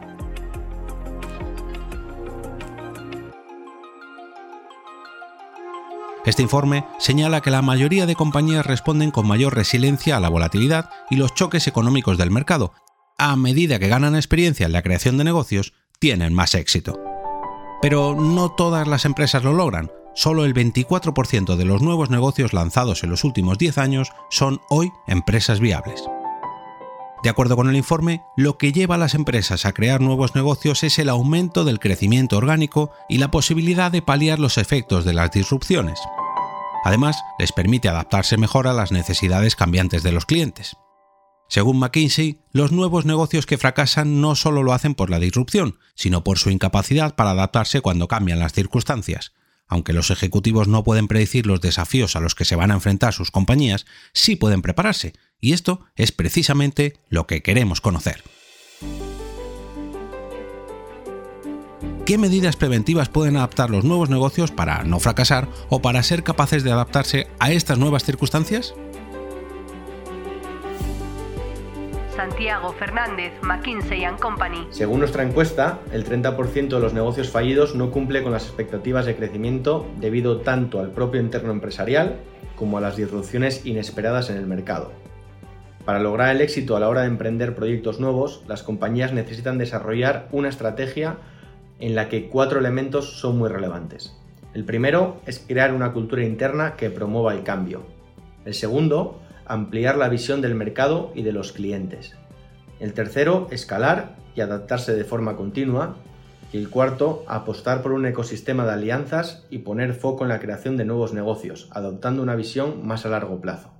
Este informe señala que la mayoría de compañías responden con mayor resiliencia a la volatilidad y los choques económicos del mercado. A medida que ganan experiencia en la creación de negocios, tienen más éxito. Pero no todas las empresas lo logran. Solo el veinticuatro por ciento de los nuevos negocios lanzados en los últimos diez años son hoy empresas viables. De acuerdo con el informe, lo que lleva a las empresas a crear nuevos negocios es el aumento del crecimiento orgánico y la posibilidad de paliar los efectos de las disrupciones. Además, les permite adaptarse mejor a las necesidades cambiantes de los clientes. Según McKinsey, los nuevos negocios que fracasan no solo lo hacen por la disrupción, sino por su incapacidad para adaptarse cuando cambian las circunstancias. Aunque los ejecutivos no pueden predecir los desafíos a los que se van a enfrentar sus compañías, sí pueden prepararse, y esto es precisamente lo que queremos conocer. ¿Qué medidas preventivas pueden adaptar los nuevos negocios para no fracasar o para ser capaces de adaptarse a estas nuevas circunstancias? Santiago Fernández, McKinsey and Company. Según nuestra encuesta, el treinta por ciento de los negocios fallidos no cumple con las expectativas de crecimiento debido tanto al propio entorno empresarial como a las disrupciones inesperadas en el mercado. Para lograr el éxito a la hora de emprender proyectos nuevos, las compañías necesitan desarrollar una estrategia en la que cuatro elementos son muy relevantes. El primero es crear una cultura interna que promueva el cambio. El segundo, ampliar la visión del mercado y de los clientes. El tercero, escalar y adaptarse de forma continua. Y el cuarto, apostar por un ecosistema de alianzas y poner foco en la creación de nuevos negocios, adoptando una visión más a largo plazo.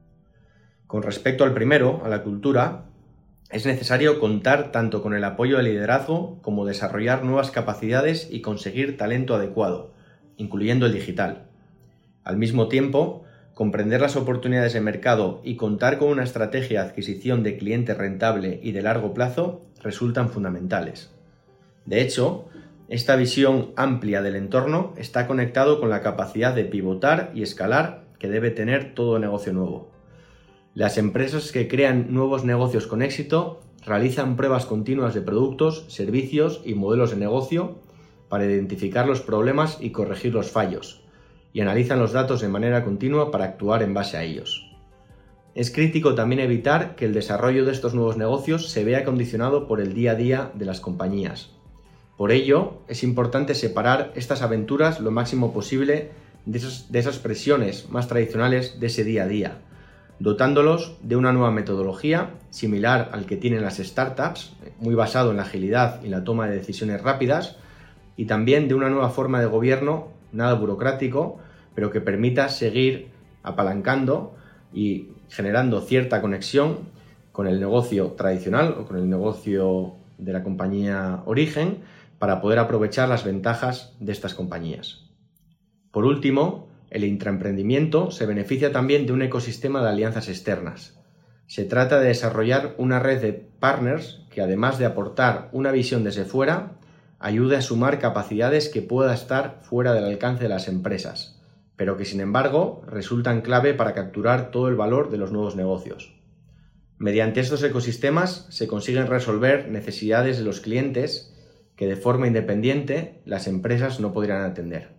Con respecto al primero, a la cultura, es necesario contar tanto con el apoyo del liderazgo como desarrollar nuevas capacidades y conseguir talento adecuado, incluyendo el digital. Al mismo tiempo, comprender las oportunidades de mercado y contar con una estrategia de adquisición de cliente rentable y de largo plazo resultan fundamentales. De hecho, esta visión amplia del entorno está conectado con la capacidad de pivotar y escalar que debe tener todo negocio nuevo. Las empresas que crean nuevos negocios con éxito realizan pruebas continuas de productos, servicios y modelos de negocio para identificar los problemas y corregir los fallos, y analizan los datos de manera continua para actuar en base a ellos. Es crítico también evitar que el desarrollo de estos nuevos negocios se vea condicionado por el día a día de las compañías. Por ello, es importante separar estas aventuras lo máximo posible de esas, de esas presiones más tradicionales de ese día a día, dotándolos de una nueva metodología similar al que tienen las startups, muy basado en la agilidad y la toma de decisiones rápidas, y también de una nueva forma de gobierno, nada burocrático, pero que permita seguir apalancando y generando cierta conexión con el negocio tradicional o con el negocio de la compañía origen para poder aprovechar las ventajas de estas compañías. Por último, el intraemprendimiento se beneficia también de un ecosistema de alianzas externas. Se trata de desarrollar una red de partners que, además de aportar una visión desde fuera, ayude a sumar capacidades que pueda estar fuera del alcance de las empresas, pero que sin embargo resultan clave para capturar todo el valor de los nuevos negocios. Mediante estos ecosistemas se consiguen resolver necesidades de los clientes que de forma independiente las empresas no podrían atender.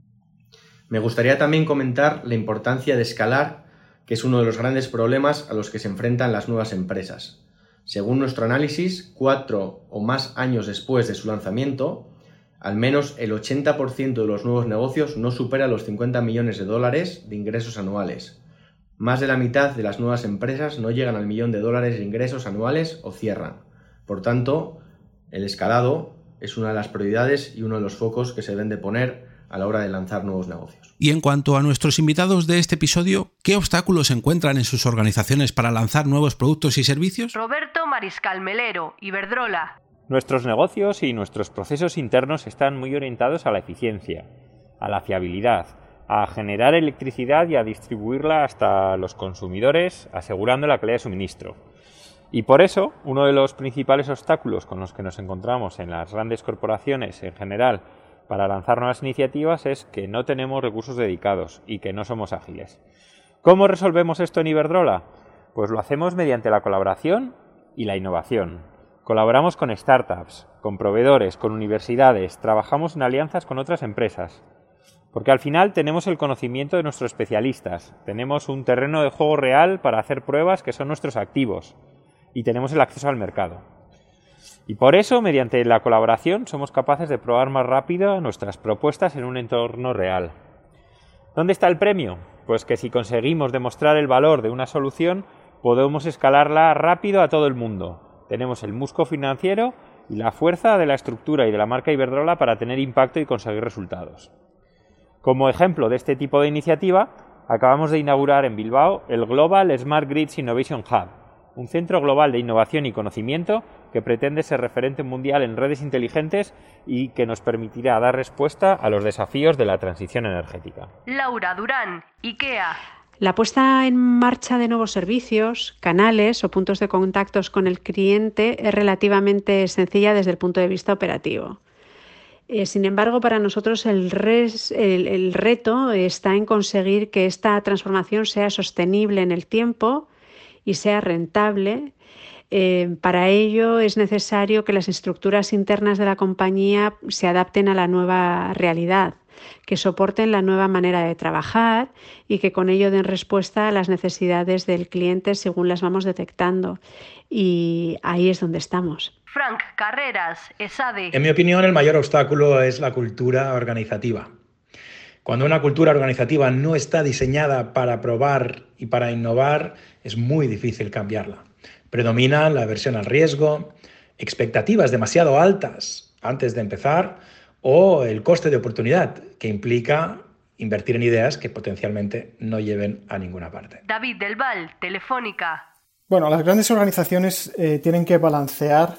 Me gustaría también comentar la importancia de escalar, que es uno de los grandes problemas a los que se enfrentan las nuevas empresas. Según nuestro análisis, cuatro o más años después de su lanzamiento, al menos el ochenta por ciento de los nuevos negocios no supera los cincuenta millones de dólares de ingresos anuales. Más de la mitad de las nuevas empresas no llegan al millón de dólares de ingresos anuales o cierran. Por tanto, el escalado es una de las prioridades y uno de los focos que se deben de poner a la hora de lanzar nuevos negocios. Y en cuanto a nuestros invitados de este episodio, ¿qué obstáculos encuentran en sus organizaciones para lanzar nuevos productos y servicios? Roberto Mariscal Melero, Iberdrola. Nuestros negocios y nuestros procesos internos están muy orientados a la eficiencia, a la fiabilidad, a generar electricidad y a distribuirla hasta los consumidores, asegurando la calidad de suministro. Y por eso, uno de los principales obstáculos con los que nos encontramos en las grandes corporaciones en general para lanzar nuevas iniciativas es que no tenemos recursos dedicados y que no somos ágiles. ¿Cómo resolvemos esto en Iberdrola? Pues lo hacemos mediante la colaboración y la innovación. Colaboramos con startups, con proveedores, con universidades, trabajamos en alianzas con otras empresas. Porque al final tenemos el conocimiento de nuestros especialistas, tenemos un terreno de juego real para hacer pruebas que son nuestros activos y tenemos el acceso al mercado. Y por eso, mediante la colaboración, somos capaces de probar más rápido nuestras propuestas en un entorno real. ¿Dónde está el premio? Pues que si conseguimos demostrar el valor de una solución, podemos escalarla rápido a todo el mundo. Tenemos el músculo financiero y la fuerza de la estructura y de la marca Iberdrola para tener impacto y conseguir resultados. Como ejemplo de este tipo de iniciativa, acabamos de inaugurar en Bilbao el Global Smart Grids Innovation Hub, un centro global de innovación y conocimiento que pretende ser referente mundial en redes inteligentes y que nos permitirá dar respuesta a los desafíos de la transición energética. Laura Durán, IKEA. La puesta en marcha de nuevos servicios, canales o puntos de contactos con el cliente es relativamente sencilla desde el punto de vista operativo. Eh, sin embargo, para nosotros el, res, el, el reto está en conseguir que esta transformación sea sostenible en el tiempo y sea rentable. Eh, para ello es necesario que las estructuras internas de la compañía se adapten a la nueva realidad, que soporten la nueva manera de trabajar y que con ello den respuesta a las necesidades del cliente según las vamos detectando. Y ahí es donde estamos. Frank Carreras, ESADE. En mi opinión, el mayor obstáculo es la cultura organizativa. Cuando una cultura organizativa no está diseñada para probar y para innovar, es muy difícil cambiarla. Predomina la aversión al riesgo, expectativas demasiado altas antes de empezar o el coste de oportunidad, que implica invertir en ideas que potencialmente no lleven a ninguna parte. David Del Val, Telefónica. Bueno, las grandes organizaciones eh, tienen que balancear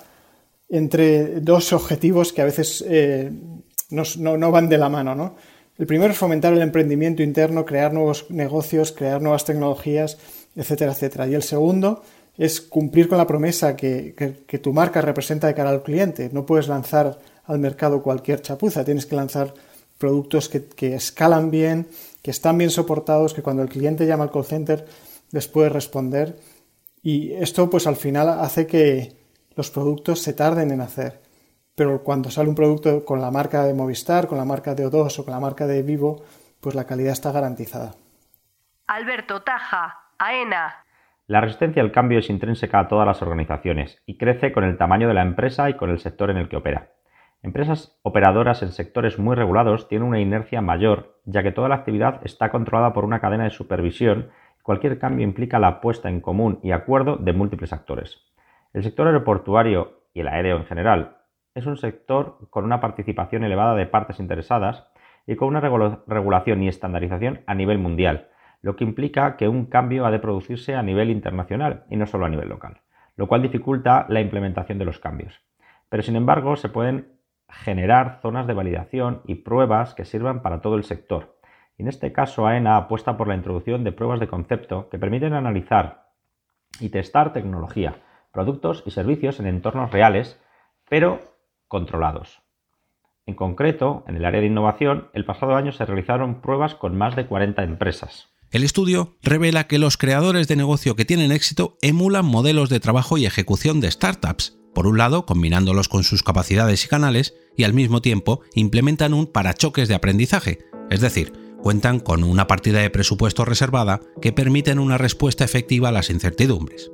entre dos objetivos que a veces eh, no, no, no van de la mano, ¿no? El primero es fomentar el emprendimiento interno, crear nuevos negocios, crear nuevas tecnologías, etcétera, etcétera. Y el segundo es cumplir con la promesa que, que, que tu marca representa de cara al cliente. No puedes lanzar al mercado cualquier chapuza, tienes que lanzar productos que, que escalan bien, que están bien soportados, que cuando el cliente llama al call center les puede responder. Y esto pues al final hace que los productos se tarden en hacer. Pero cuando sale un producto con la marca de Movistar, con la marca de O dos o con la marca de Vivo, pues la calidad está garantizada. Alberto Taja, AENA. La resistencia al cambio es intrínseca a todas las organizaciones y crece con el tamaño de la empresa y con el sector en el que opera. Empresas operadoras en sectores muy regulados tienen una inercia mayor, ya que toda la actividad está controlada por una cadena de supervisión. Cualquier cambio implica la puesta en común y acuerdo de múltiples actores. El sector aeroportuario y el aéreo en general es un sector con una participación elevada de partes interesadas y con una regulación y estandarización a nivel mundial, lo que implica que un cambio ha de producirse a nivel internacional y no solo a nivel local, lo cual dificulta la implementación de los cambios. Pero sin embargo se pueden generar zonas de validación y pruebas que sirvan para todo el sector. En este caso, AENA apuesta por la introducción de pruebas de concepto que permiten analizar y testar tecnología, productos y servicios en entornos reales, pero controlados. En concreto, en el área de innovación, el pasado año se realizaron pruebas con más de cuarenta empresas. El estudio revela que los creadores de negocio que tienen éxito emulan modelos de trabajo y ejecución de startups, por un lado combinándolos con sus capacidades y canales, y al mismo tiempo implementan un parachoques de aprendizaje, es decir, cuentan con una partida de presupuesto reservada que permiten una respuesta efectiva a las incertidumbres.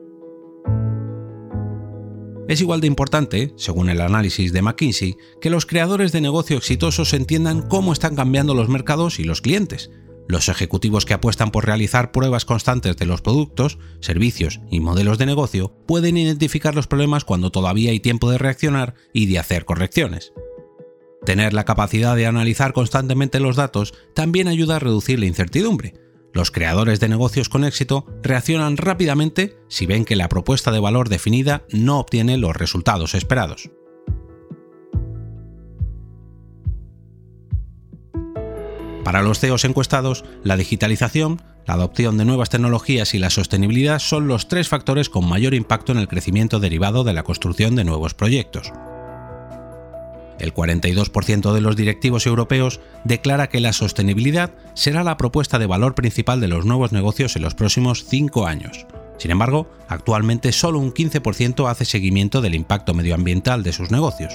Es igual de importante, según el análisis de McKinsey, que los creadores de negocio exitosos entiendan cómo están cambiando los mercados y los clientes. Los ejecutivos que apuestan por realizar pruebas constantes de los productos, servicios y modelos de negocio pueden identificar los problemas cuando todavía hay tiempo de reaccionar y de hacer correcciones. Tener la capacidad de analizar constantemente los datos también ayuda a reducir la incertidumbre. Los creadores de negocios con éxito reaccionan rápidamente si ven que la propuesta de valor definida no obtiene los resultados esperados. Para los C E Os encuestados, la digitalización, la adopción de nuevas tecnologías y la sostenibilidad son los tres factores con mayor impacto en el crecimiento derivado de la construcción de nuevos proyectos. El cuarenta y dos por ciento de los directivos europeos declara que la sostenibilidad será la propuesta de valor principal de los nuevos negocios en los próximos cinco años. Sin embargo, actualmente solo un quince por ciento hace seguimiento del impacto medioambiental de sus negocios.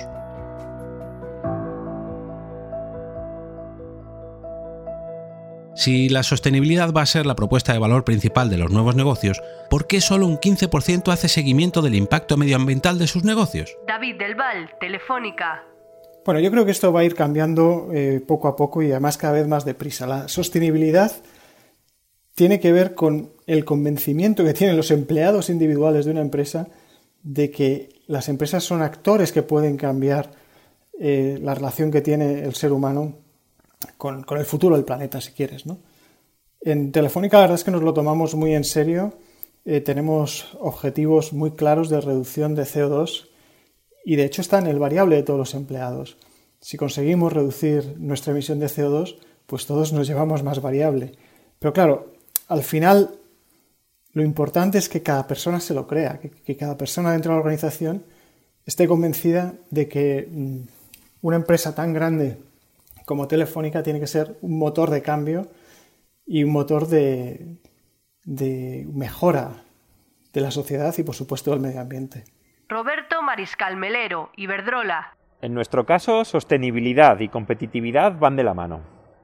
Si la sostenibilidad va a ser la propuesta de valor principal de los nuevos negocios, ¿por qué solo un quince por ciento hace seguimiento del impacto medioambiental de sus negocios? David del Val, Telefónica. Bueno, yo creo que esto va a ir cambiando eh, poco a poco y además cada vez más deprisa. La sostenibilidad tiene que ver con el convencimiento que tienen los empleados individuales de una empresa de que las empresas son actores que pueden cambiar eh, la relación que tiene el ser humano Con, con el futuro del planeta, si quieres, ¿no? En Telefónica la verdad es que nos lo tomamos muy en serio, eh, tenemos objetivos muy claros de reducción de C O dos y de hecho está en el variable de todos los empleados. Si conseguimos reducir nuestra emisión de C O dos, pues todos nos llevamos más variable. Pero claro, al final lo importante es que cada persona se lo crea, que, que cada persona dentro de la organización esté convencida de que mmm, una empresa tan grande como Telefónica tiene que ser un motor de cambio y un motor de, de mejora de la sociedad y, por supuesto, del medio ambiente. Roberto Mariscal Melero, Iberdrola. En nuestro caso, sostenibilidad y competitividad van de la mano.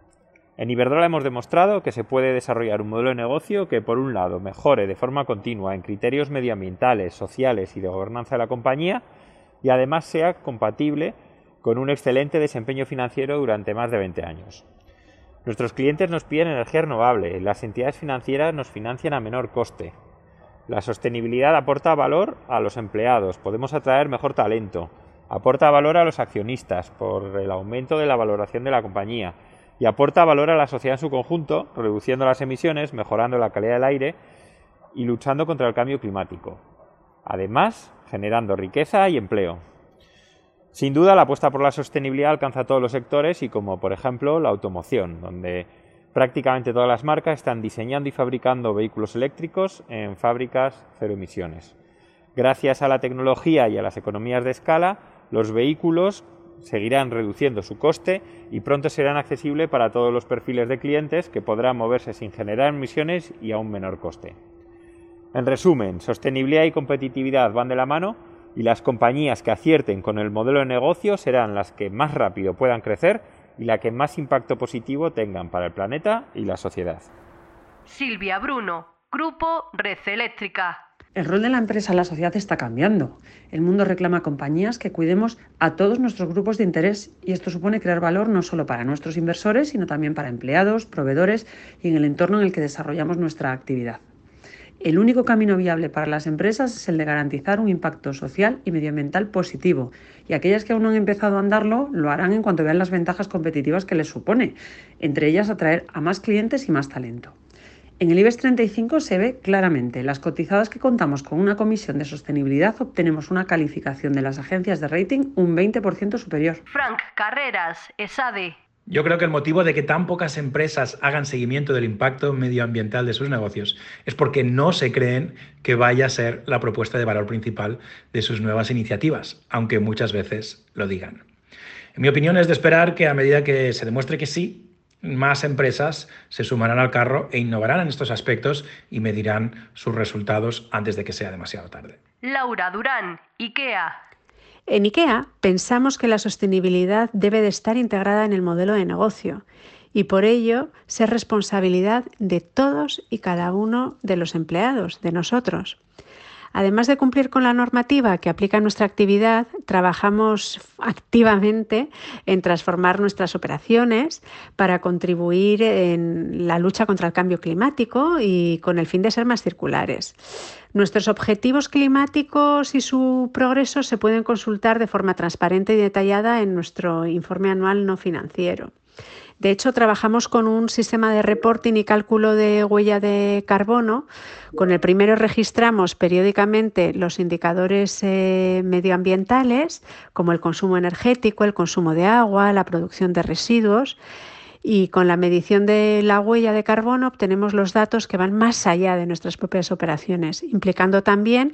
En Iberdrola hemos demostrado que se puede desarrollar un modelo de negocio que, por un lado, mejore de forma continua en criterios medioambientales, sociales y de gobernanza de la compañía y, además, sea compatible con un excelente desempeño financiero durante más de veinte años. Nuestros clientes nos piden energía renovable, las entidades financieras nos financian a menor coste. La sostenibilidad aporta valor a los empleados, podemos atraer mejor talento, aporta valor a los accionistas por el aumento de la valoración de la compañía y aporta valor a la sociedad en su conjunto, reduciendo las emisiones, mejorando la calidad del aire y luchando contra el cambio climático. Además, generando riqueza y empleo. Sin duda, la apuesta por la sostenibilidad alcanza a todos los sectores y como, por ejemplo, la automoción, donde prácticamente todas las marcas están diseñando y fabricando vehículos eléctricos en fábricas cero emisiones. Gracias a la tecnología y a las economías de escala, los vehículos seguirán reduciendo su coste y pronto serán accesibles para todos los perfiles de clientes que podrán moverse sin generar emisiones y a un menor coste. En resumen, sostenibilidad y competitividad van de la mano y las compañías que acierten con el modelo de negocio serán las que más rápido puedan crecer y las que más impacto positivo tengan para el planeta y la sociedad. Silvia Bruno, Grupo Red Eléctrica. El rol de la empresa en la sociedad está cambiando. El mundo reclama compañías que cuidemos a todos nuestros grupos de interés y esto supone crear valor no solo para nuestros inversores, sino también para empleados, proveedores y en el entorno en el que desarrollamos nuestra actividad. El único camino viable para las empresas es el de garantizar un impacto social y medioambiental positivo, y aquellas que aún no han empezado a andarlo lo harán en cuanto vean las ventajas competitivas que les supone, entre ellas atraer a más clientes y más talento. En el IBEX treinta y cinco se ve claramente, las cotizadas que contamos con una comisión de sostenibilidad obtenemos una calificación de las agencias de rating un veinte por ciento superior. Frank Carreras, ESADE. Yo creo que el motivo de que tan pocas empresas hagan seguimiento del impacto medioambiental de sus negocios es porque no se creen que vaya a ser la propuesta de valor principal de sus nuevas iniciativas, aunque muchas veces lo digan. En mi opinión es de esperar que a medida que se demuestre que sí, más empresas se sumarán al carro e innovarán en estos aspectos y medirán sus resultados antes de que sea demasiado tarde. Laura Durán, IKEA. En IKEA pensamos que la sostenibilidad debe de estar integrada en el modelo de negocio y por ello ser responsabilidad de todos y cada uno de los empleados, de nosotros. Además de cumplir con la normativa que aplica a nuestra actividad, trabajamos activamente en transformar nuestras operaciones para contribuir en la lucha contra el cambio climático y con el fin de ser más circulares. Nuestros objetivos climáticos y su progreso se pueden consultar de forma transparente y detallada en nuestro informe anual no financiero. De hecho, trabajamos con un sistema de reporting y cálculo de huella de carbono. Con el primero registramos periódicamente los indicadores eh, medioambientales, como el consumo energético, el consumo de agua, la producción de residuos. Y con la medición de la huella de carbono obtenemos los datos que van más allá de nuestras propias operaciones, implicando también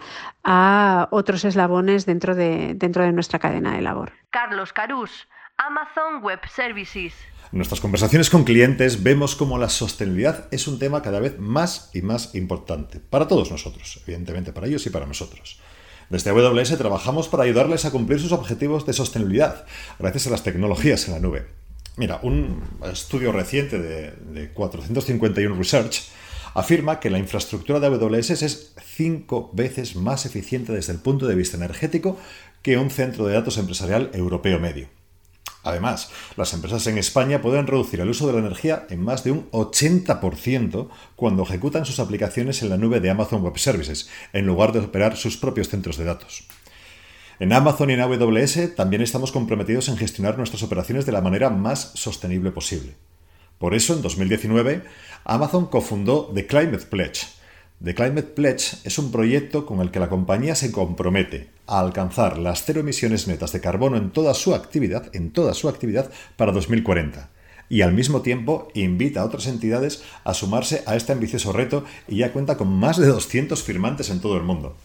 a otros eslabones dentro de, dentro de nuestra cadena de labor. Carlos Carús, Amazon Web Services. En nuestras conversaciones con clientes vemos cómo la sostenibilidad es un tema cada vez más y más importante para todos nosotros, evidentemente para ellos y para nosotros. Desde A W S trabajamos para ayudarles a cumplir sus objetivos de sostenibilidad gracias a las tecnologías en la nube. Mira, un estudio reciente de, de cuatrocientos cincuenta y uno Research afirma que la infraestructura de A W S es cinco veces más eficiente desde el punto de vista energético que un centro de datos empresarial europeo medio. Además, las empresas en España pueden reducir el uso de la energía en más de un ochenta por ciento cuando ejecutan sus aplicaciones en la nube de Amazon Web Services, en lugar de operar sus propios centros de datos. En Amazon y en A W S también estamos comprometidos en gestionar nuestras operaciones de la manera más sostenible posible. Por eso, en dos mil diecinueve, Amazon cofundó The Climate Pledge. The Climate Pledge es un proyecto con el que la compañía se compromete a alcanzar las cero emisiones netas de carbono en toda su actividad, en toda su actividad para dos mil cuarenta. Y al mismo tiempo invita a otras entidades a sumarse a este ambicioso reto y ya cuenta con más de doscientos firmantes en todo el mundo.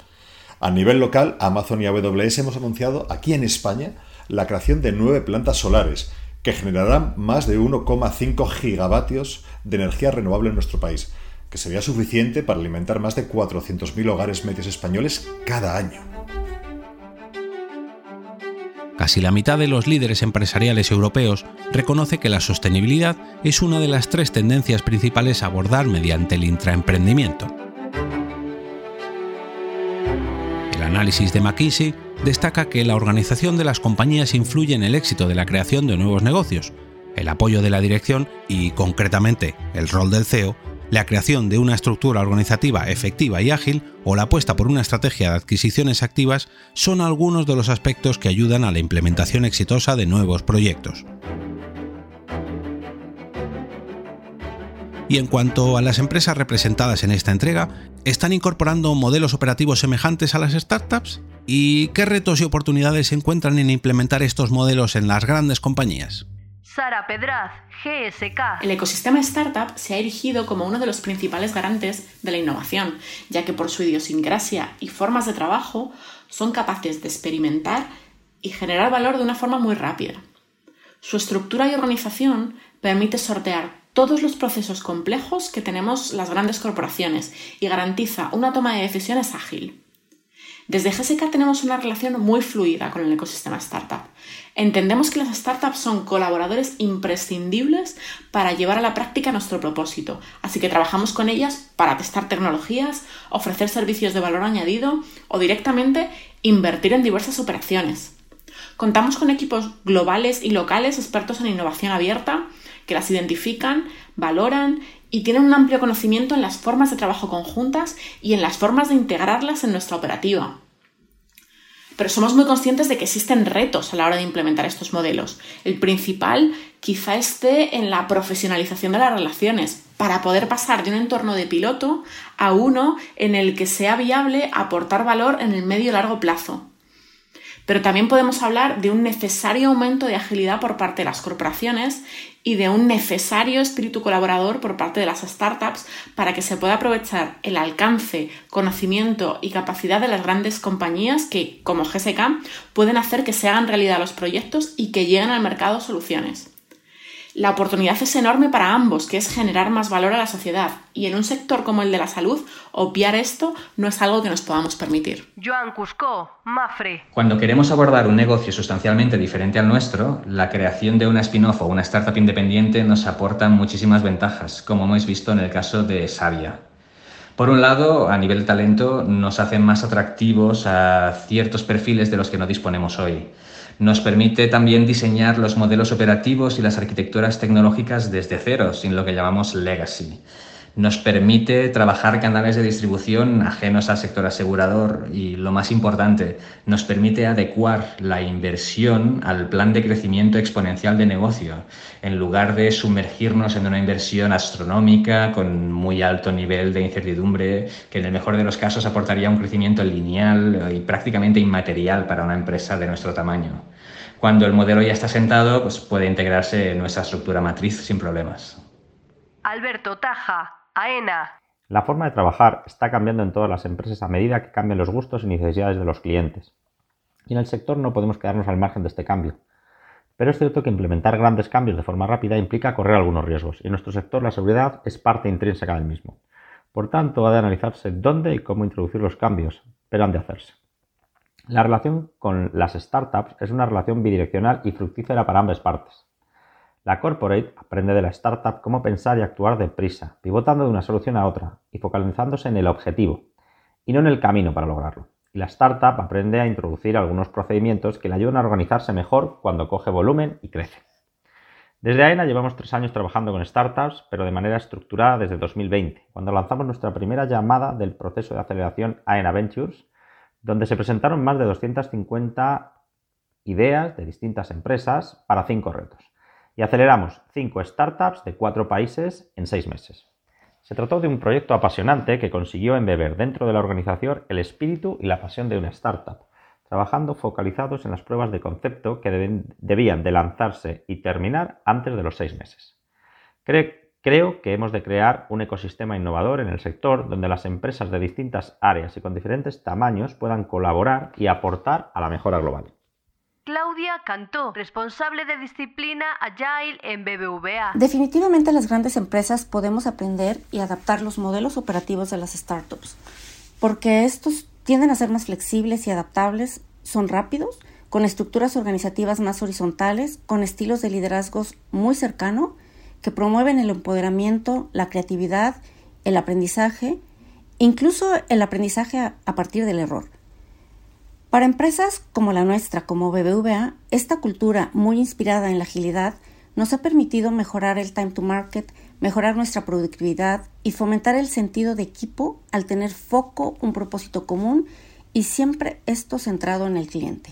A nivel local, Amazon y A W S hemos anunciado aquí en España la creación de nueve plantas solares que generarán más de uno coma cinco gigavatios de energía renovable en nuestro país, que sería suficiente para alimentar más de cuatrocientos mil hogares medios españoles cada año. Casi la mitad de los líderes empresariales europeos reconoce que la sostenibilidad es una de las tres tendencias principales a abordar mediante el intraemprendimiento. El análisis de McKinsey destaca que la organización de las compañías influye en el éxito de la creación de nuevos negocios, el apoyo de la dirección y, concretamente, el rol del C E O, la creación de una estructura organizativa efectiva y ágil o la apuesta por una estrategia de adquisiciones activas son algunos de los aspectos que ayudan a la implementación exitosa de nuevos proyectos. Y en cuanto a las empresas representadas en esta entrega, ¿están incorporando modelos operativos semejantes a las startups? ¿Y qué retos y oportunidades se encuentran en implementar estos modelos en las grandes compañías? Sara Pedraz, G S K. El ecosistema startup se ha erigido como uno de los principales garantes de la innovación, ya que por su idiosincrasia y formas de trabajo son capaces de experimentar y generar valor de una forma muy rápida. Su estructura y organización permite sortear todos los procesos complejos que tenemos las grandes corporaciones y garantiza una toma de decisiones ágil. Desde G S K tenemos una relación muy fluida con el ecosistema startup. Entendemos que las startups son colaboradores imprescindibles para llevar a la práctica nuestro propósito, así que trabajamos con ellas para testar tecnologías, ofrecer servicios de valor añadido o directamente invertir en diversas operaciones. Contamos con equipos globales y locales expertos en innovación abierta que las identifican, valoran y tienen un amplio conocimiento en las formas de trabajo conjuntas y en las formas de integrarlas en nuestra operativa. Pero somos muy conscientes de que existen retos a la hora de implementar estos modelos. El principal quizá esté en la profesionalización de las relaciones, para poder pasar de un entorno de piloto a uno en el que sea viable aportar valor en el medio y largo plazo. Pero también podemos hablar de un necesario aumento de agilidad por parte de las corporaciones y de un necesario espíritu colaborador por parte de las startups para que se pueda aprovechar el alcance, conocimiento y capacidad de las grandes compañías que, como G S K, pueden hacer que se hagan realidad los proyectos y que lleguen al mercado soluciones. La oportunidad es enorme para ambos, que es generar más valor a la sociedad. Y en un sector como el de la salud, obviar esto no es algo que nos podamos permitir. Joan Cuscó, Mafre. Cuando queremos abordar un negocio sustancialmente diferente al nuestro, la creación de una spin-off o una startup independiente nos aporta muchísimas ventajas, como hemos visto en el caso de Savia. Por un lado, a nivel de talento, nos hacen más atractivos a ciertos perfiles de los que no disponemos hoy. Nos permite también diseñar los modelos operativos y las arquitecturas tecnológicas desde cero, sin lo que llamamos legacy. Nos permite trabajar canales de distribución ajenos al sector asegurador y, lo más importante, nos permite adecuar la inversión al plan de crecimiento exponencial de negocio, en lugar de sumergirnos en una inversión astronómica con muy alto nivel de incertidumbre, que en el mejor de los casos aportaría un crecimiento lineal y prácticamente inmaterial para una empresa de nuestro tamaño. Cuando el modelo ya está sentado, pues puede integrarse en nuestra estructura matriz sin problemas. Alberto Taja, AENA. La forma de trabajar está cambiando en todas las empresas a medida que cambian los gustos y necesidades de los clientes. Y en el sector no podemos quedarnos al margen de este cambio. Pero es cierto que implementar grandes cambios de forma rápida implica correr algunos riesgos, y en nuestro sector la seguridad es parte intrínseca del mismo. Por tanto, ha de analizarse dónde y cómo introducir los cambios, pero han de hacerse. La relación con las startups es una relación bidireccional y fructífera para ambas partes. La corporate aprende de la startup cómo pensar y actuar deprisa, pivotando de una solución a otra y focalizándose en el objetivo, y no en el camino para lograrlo. Y la startup aprende a introducir algunos procedimientos que le ayudan a organizarse mejor cuando coge volumen y crece. Desde AENA llevamos tres años trabajando con startups, pero de manera estructurada desde dos mil veinte, cuando lanzamos nuestra primera llamada del proceso de aceleración AENA Ventures, donde se presentaron más de doscientas cincuenta ideas de distintas empresas para cinco retos. Y aceleramos cinco startups de cuatro países en seis meses. Se trató de un proyecto apasionante que consiguió embeber dentro de la organización el espíritu y la pasión de una startup, trabajando focalizados en las pruebas de concepto que deben, debían de lanzarse y terminar antes de los seis meses. Creo, creo que hemos de crear un ecosistema innovador en el sector donde las empresas de distintas áreas y con diferentes tamaños puedan colaborar y aportar a la mejora global. Claudia Cantó, responsable de disciplina Agile en B B V A. Definitivamente las grandes empresas podemos aprender y adaptar los modelos operativos de las startups, porque estos tienden a ser más flexibles y adaptables, son rápidos, con estructuras organizativas más horizontales, con estilos de liderazgos muy cercano, que promueven el empoderamiento, la creatividad, el aprendizaje, incluso el aprendizaje a, a partir del error. Para empresas como la nuestra, como B B V A, esta cultura muy inspirada en la agilidad nos ha permitido mejorar el time to market, mejorar nuestra productividad y fomentar el sentido de equipo al tener foco, un propósito común y siempre esto centrado en el cliente.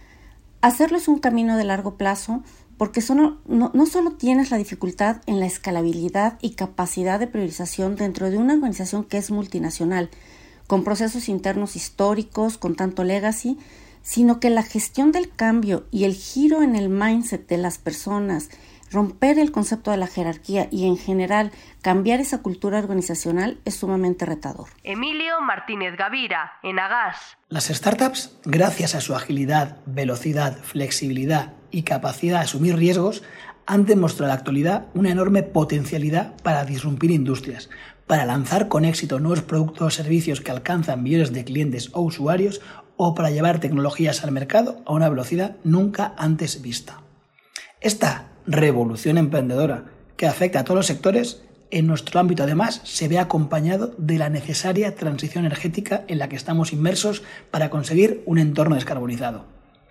Hacerlo es un camino de largo plazo porque solo, no, no solo tienes la dificultad en la escalabilidad y capacidad de priorización dentro de una organización que es multinacional, con procesos internos históricos, con tanto legacy, sino que la gestión del cambio y el giro en el mindset de las personas, romper el concepto de la jerarquía y en general cambiar esa cultura organizacional es sumamente retador. Emilio Martínez Gavira, en Agas. Las startups, gracias a su agilidad, velocidad, flexibilidad y capacidad de asumir riesgos, han demostrado en la actualidad una enorme potencialidad para disrumpir industrias, para lanzar con éxito nuevos productos o servicios que alcanzan millones de clientes o usuarios o para llevar tecnologías al mercado a una velocidad nunca antes vista. Esta revolución emprendedora que afecta a todos los sectores, en nuestro ámbito además se ve acompañado de la necesaria transición energética en la que estamos inmersos para conseguir un entorno descarbonizado.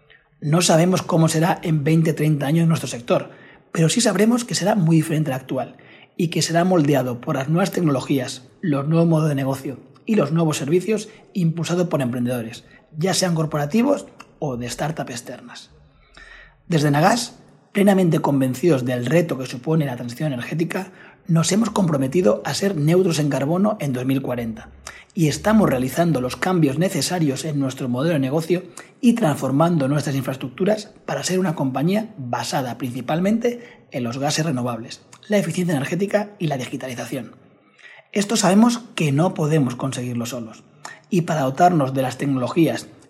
No sabemos cómo será en veinte a treinta años nuestro sector, pero sí sabremos que será muy diferente al actual y que será moldeado por las nuevas tecnologías, los nuevos modos de negocio y los nuevos servicios impulsados por emprendedores, ya sean corporativos o de startups externas. Desde Nagas, plenamente convencidos del reto que supone la transición energética, nos hemos comprometido a ser neutros en carbono en dos mil cuarenta y estamos realizando los cambios necesarios en nuestro modelo de negocio y transformando nuestras infraestructuras para ser una compañía basada principalmente en los gases renovables, la eficiencia energética y la digitalización. Esto sabemos que no podemos conseguirlo solos y para dotarnos de las tecnologías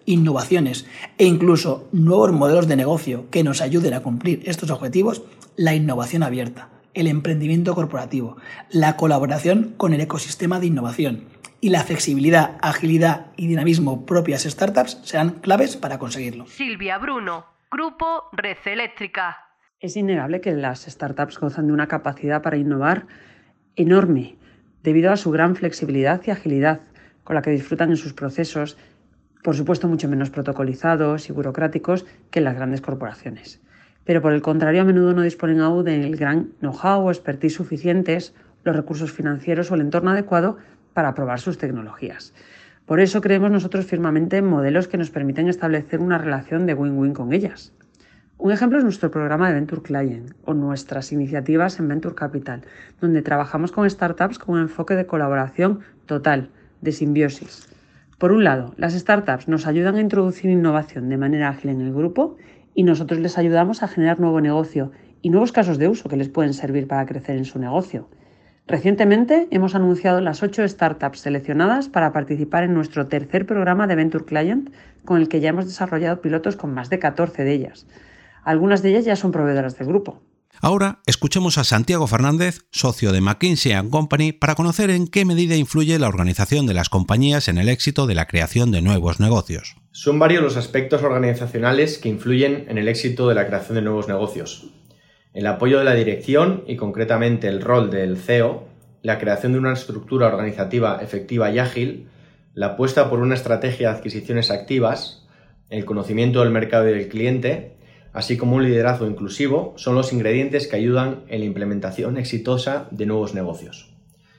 innovaciones e incluso nuevos modelos de negocio que nos ayuden a cumplir estos objetivos, la innovación abierta, el emprendimiento corporativo, la colaboración con el ecosistema de innovación y la flexibilidad, agilidad y dinamismo propias startups serán claves para conseguirlo. Silvia Bruno, Grupo Red Eléctrica. Es innegable que las startups gozan de una capacidad para innovar enorme, debido a su gran flexibilidad y agilidad con la que disfrutan en sus procesos, por supuesto mucho menos protocolizados y burocráticos que las grandes corporaciones. Pero por el contrario, a menudo no disponen aún del gran know-how o expertise suficientes, los recursos financieros o el entorno adecuado para probar sus tecnologías. Por eso creemos nosotros firmemente en modelos que nos permiten establecer una relación de win-win con ellas. Un ejemplo es nuestro programa de Venture Client o nuestras iniciativas en Venture Capital, donde trabajamos con startups con un enfoque de colaboración total, de simbiosis. Por un lado, las startups nos ayudan a introducir innovación de manera ágil en el grupo y nosotros les ayudamos a generar nuevo negocio y nuevos casos de uso que les pueden servir para crecer en su negocio. Recientemente hemos anunciado las ocho startups seleccionadas para participar en nuestro tercer programa de Venture Client, con el que ya hemos desarrollado pilotos con más de catorce de ellas. Algunas de ellas ya son proveedoras del grupo. Ahora escuchemos a Santiago Fernández, socio de McKinsey and Company, para conocer en qué medida influye la organización de las compañías en el éxito de la creación de nuevos negocios. Son varios los aspectos organizacionales que influyen en el éxito de la creación de nuevos negocios. El apoyo de la dirección y concretamente el rol del C E O, la creación de una estructura organizativa efectiva y ágil, la apuesta por una estrategia de adquisiciones activas, el conocimiento del mercado y del cliente, así como un liderazgo inclusivo, son los ingredientes que ayudan en la implementación exitosa de nuevos negocios.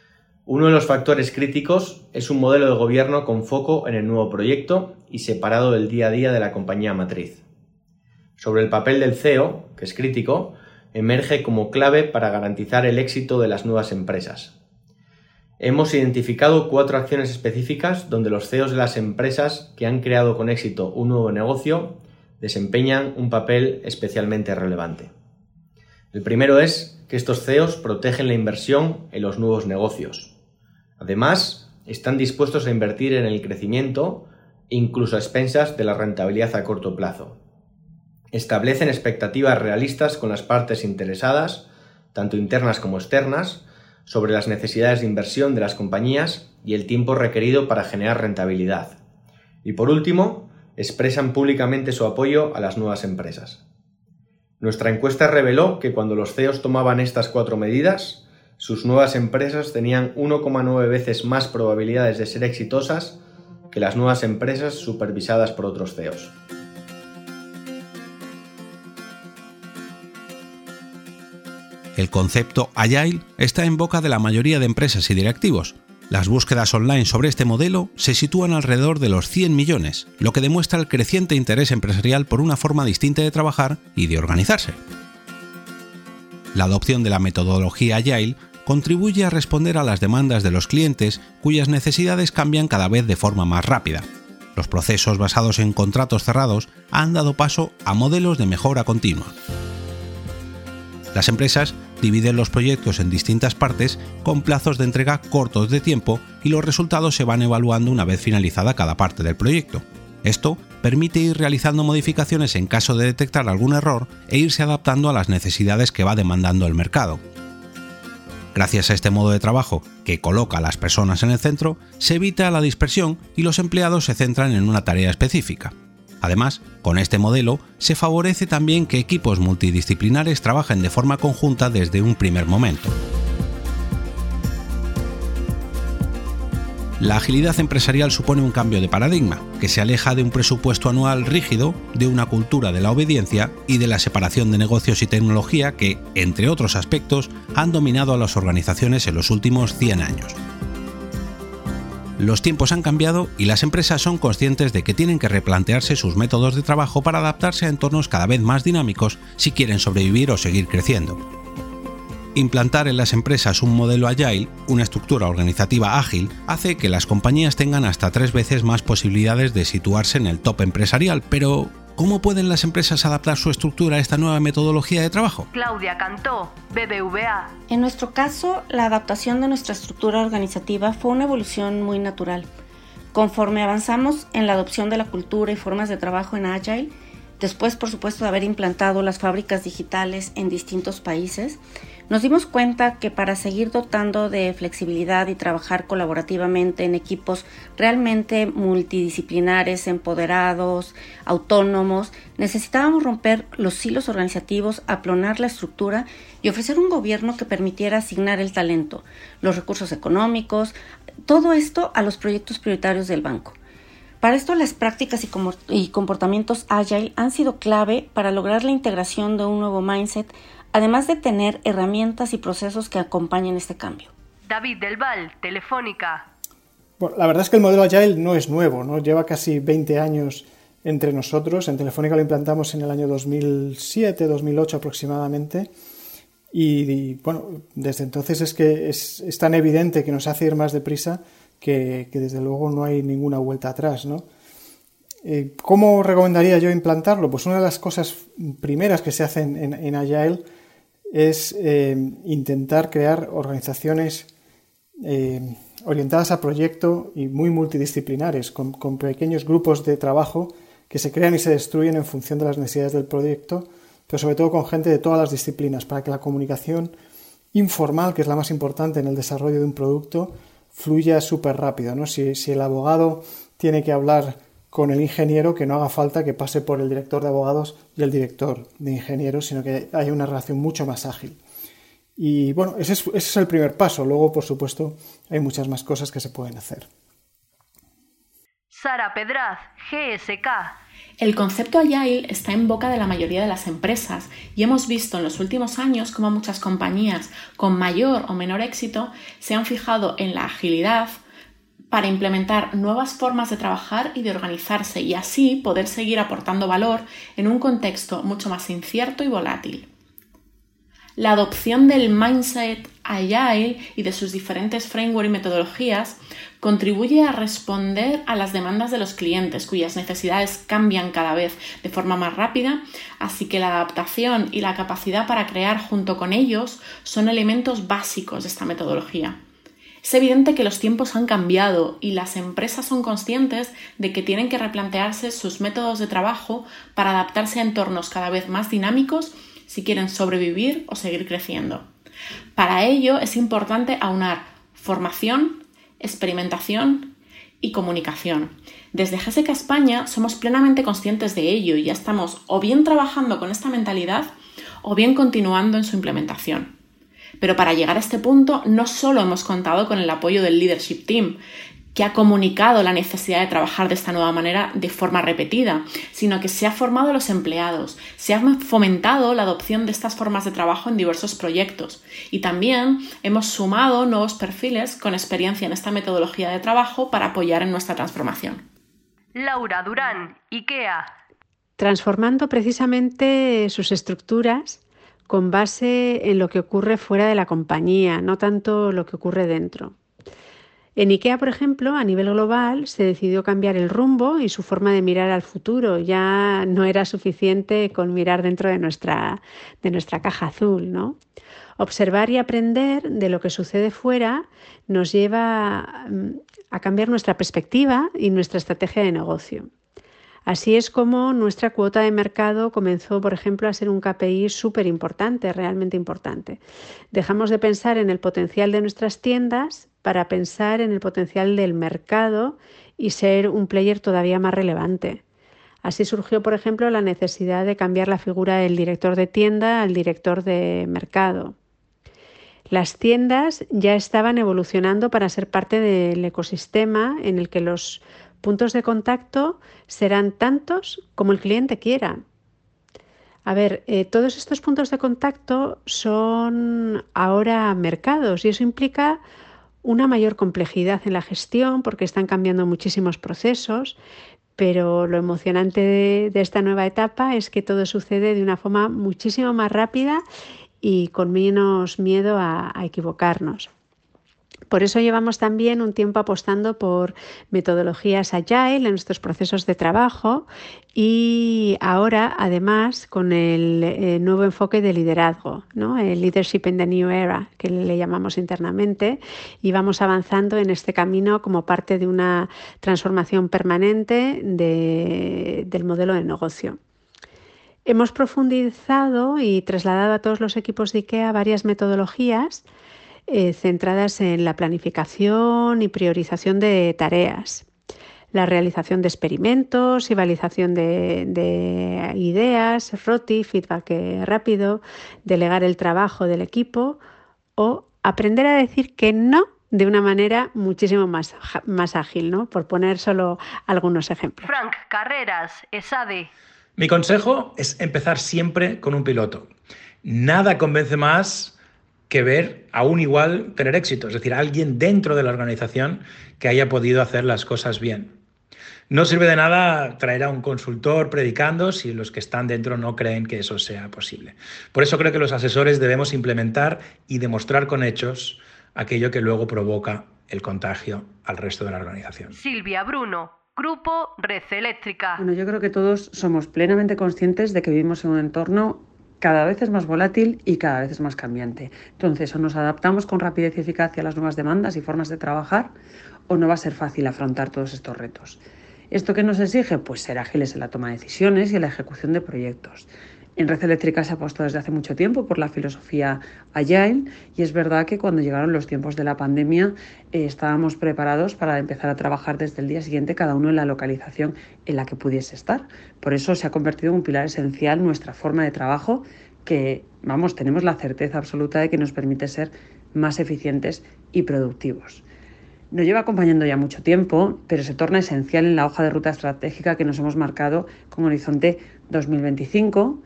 Uno de los factores críticos es un modelo de gobierno con foco en el nuevo proyecto y separado del día a día de la compañía matriz. Sobre el papel del C E O, que es crítico, emerge como clave para garantizar el éxito de las nuevas empresas. Hemos identificado cuatro acciones específicas donde los C E Os de las empresas que han creado con éxito un nuevo negocio desempeñan un papel especialmente relevante. El primero es que estos C E Os protegen la inversión en los nuevos negocios. Además, están dispuestos a invertir en el crecimiento, incluso a expensas de la rentabilidad a corto plazo. Establecen expectativas realistas con las partes interesadas, tanto internas como externas, sobre las necesidades de inversión de las compañías y el tiempo requerido para generar rentabilidad. Y por último, expresan públicamente su apoyo a las nuevas empresas. Nuestra encuesta reveló que cuando los C E Os tomaban estas cuatro medidas, sus nuevas empresas tenían uno coma nueve veces más probabilidades de ser exitosas que las nuevas empresas supervisadas por otros C E Os. El concepto Agile está en boca de la mayoría de empresas y directivos. Las búsquedas online sobre este modelo se sitúan alrededor de los cien millones, lo que demuestra el creciente interés empresarial por una forma distinta de trabajar y de organizarse. La adopción de la metodología Agile contribuye a responder a las demandas de los clientes cuyas necesidades cambian cada vez de forma más rápida. Los procesos basados en contratos cerrados han dado paso a modelos de mejora continua. Las empresas dividen los proyectos en distintas partes con plazos de entrega cortos de tiempo y los resultados se van evaluando una vez finalizada cada parte del proyecto. Esto permite ir realizando modificaciones en caso de detectar algún error e irse adaptando a las necesidades que va demandando el mercado. Gracias a este modo de trabajo, que coloca a las personas en el centro, se evita la dispersión y los empleados se centran en una tarea específica. Además, con este modelo se favorece también que equipos multidisciplinares trabajen de forma conjunta desde un primer momento. La agilidad empresarial supone un cambio de paradigma, que se aleja de un presupuesto anual rígido, de una cultura de la obediencia y de la separación de negocios y tecnología que, entre otros aspectos, han dominado a las organizaciones en los últimos cien años. Los tiempos han cambiado y las empresas son conscientes de que tienen que replantearse sus métodos de trabajo para adaptarse a entornos cada vez más dinámicos si quieren sobrevivir o seguir creciendo. Implantar en las empresas un modelo Agile, una estructura organizativa ágil, hace que las compañías tengan hasta tres veces más posibilidades de situarse en el top empresarial, pero ¿cómo pueden las empresas adaptar su estructura a esta nueva metodología de trabajo? Claudia Cantó, B B V A. En nuestro caso, la adaptación de nuestra estructura organizativa fue una evolución muy natural. Conforme avanzamos en la adopción de la cultura y formas de trabajo en Agile, después, por supuesto, de haber implantado las fábricas digitales en distintos países, nos dimos cuenta que para seguir dotando de flexibilidad y trabajar colaborativamente en equipos realmente multidisciplinares, empoderados, autónomos, necesitábamos romper los hilos organizativos, aplonar la estructura y ofrecer un gobierno que permitiera asignar el talento, los recursos económicos, todo esto a los proyectos prioritarios del banco. Para esto, las prácticas y comportamientos Agile han sido clave para lograr la integración de un nuevo mindset, además de tener herramientas y procesos que acompañen este cambio. David del Val, Telefónica. Bueno, la verdad es que el modelo Agile no es nuevo, ¿no? Lleva casi veinte años entre nosotros. En Telefónica lo implantamos en el año dos mil siete, dos mil ocho aproximadamente. Y, y bueno, desde entonces es que es, es tan evidente que nos hace ir más deprisa que, que desde luego no hay ninguna vuelta atrás, ¿no? Eh, ¿Cómo recomendaría yo implantarlo? Pues una de las cosas primeras que se hacen en, en Agile es eh, intentar crear organizaciones eh, orientadas a proyecto y muy multidisciplinares, con, con pequeños grupos de trabajo que se crean y se destruyen en función de las necesidades del proyecto, pero sobre todo con gente de todas las disciplinas, para que la comunicación informal, que es la más importante en el desarrollo de un producto, fluya súper rápido, ¿no? Si, si el abogado tiene que hablar con el ingeniero, que no haga falta que pase por el director de abogados y el director de ingenieros, sino que haya una relación mucho más ágil. Y bueno, ese es, ese es el primer paso. Luego, por supuesto, hay muchas más cosas que se pueden hacer. Sara Pedraz, G S K. El concepto Agile está en boca de la mayoría de las empresas y hemos visto en los últimos años cómo muchas compañías con mayor o menor éxito se han fijado en la agilidad para implementar nuevas formas de trabajar y de organizarse y así poder seguir aportando valor en un contexto mucho más incierto y volátil. La adopción del mindset Agile y de sus diferentes frameworks y metodologías contribuye a responder a las demandas de los clientes, cuyas necesidades cambian cada vez de forma más rápida, así que la adaptación y la capacidad para crear junto con ellos son elementos básicos de esta metodología. Es evidente que los tiempos han cambiado y las empresas son conscientes de que tienen que replantearse sus métodos de trabajo para adaptarse a entornos cada vez más dinámicos si quieren sobrevivir o seguir creciendo. Para ello es importante aunar formación, experimentación y comunicación. Desde G S K España somos plenamente conscientes de ello y ya estamos o bien trabajando con esta mentalidad o bien continuando en su implementación. Pero para llegar a este punto no solo hemos contado con el apoyo del Leadership Team, que ha comunicado la necesidad de trabajar de esta nueva manera de forma repetida, sino que se ha formado a los empleados, se ha fomentado la adopción de estas formas de trabajo en diversos proyectos y también hemos sumado nuevos perfiles con experiencia en esta metodología de trabajo para apoyar en nuestra transformación. Laura Durán, IKEA. Transformando precisamente sus estructuras con base en lo que ocurre fuera de la compañía, no tanto lo que ocurre dentro. En IKEA, por ejemplo, a nivel global, se decidió cambiar el rumbo y su forma de mirar al futuro. Ya no era suficiente con mirar dentro de nuestra, de nuestra caja azul, ¿no? Observar y aprender de lo que sucede fuera nos lleva a cambiar nuestra perspectiva y nuestra estrategia de negocio. Así es como nuestra cuota de mercado comenzó, por ejemplo, a ser un K P I súper importante, realmente importante. Dejamos de pensar en el potencial de nuestras tiendas para pensar en el potencial del mercado y ser un player todavía más relevante. Así surgió, por ejemplo, la necesidad de cambiar la figura del director de tienda al director de mercado. Las tiendas ya estaban evolucionando para ser parte del ecosistema en el que los puntos de contacto serán tantos como el cliente quiera. A ver, eh, todos estos puntos de contacto son ahora mercados y eso implica una mayor complejidad en la gestión porque están cambiando muchísimos procesos, pero lo emocionante de, de esta nueva etapa es que todo sucede de una forma muchísimo más rápida y con menos miedo a, a equivocarnos. Por eso llevamos también un tiempo apostando por metodologías agile en nuestros procesos de trabajo y ahora además con el, el nuevo enfoque de liderazgo, ¿no? El Leadership in the New Era, que le llamamos internamente, y vamos avanzando en este camino como parte de una transformación permanente de, del modelo de negocio. Hemos profundizado y trasladado a todos los equipos de IKEA varias metodologías Eh, centradas en la planificación y priorización de tareas, la realización de experimentos y validación de, de ideas, R O T I, feedback rápido, delegar el trabajo del equipo o aprender a decir que no de una manera muchísimo más, más ágil, ¿no? Por poner solo algunos ejemplos. Frank Carreras, ESADE. Mi consejo es empezar siempre con un piloto. Nada convence más que ver aún igual tener éxito, es decir, alguien dentro de la organización que haya podido hacer las cosas bien. No sirve de nada traer a un consultor predicando si los que están dentro no creen que eso sea posible. Por eso creo que los asesores debemos implementar y demostrar con hechos aquello que luego provoca el contagio al resto de la organización. Silvia Bruno, Grupo Red Eléctrica. Bueno, yo creo que todos somos plenamente conscientes de que vivimos en un entorno cada vez es más volátil y cada vez es más cambiante. Entonces, o nos adaptamos con rapidez y eficacia a las nuevas demandas y formas de trabajar, o no va a ser fácil afrontar todos estos retos. ¿Esto qué nos exige? Pues ser ágiles en la toma de decisiones y en la ejecución de proyectos. En Red Eléctrica se ha apostado desde hace mucho tiempo por la filosofía Agile y es verdad que cuando llegaron los tiempos de la pandemia eh, estábamos preparados para empezar a trabajar desde el día siguiente cada uno en la localización en la que pudiese estar. Por eso se ha convertido en un pilar esencial nuestra forma de trabajo que, vamos, tenemos la certeza absoluta de que nos permite ser más eficientes y productivos. Nos lleva acompañando ya mucho tiempo, pero se torna esencial en la hoja de ruta estratégica que nos hemos marcado con Horizonte dos mil veinticinco.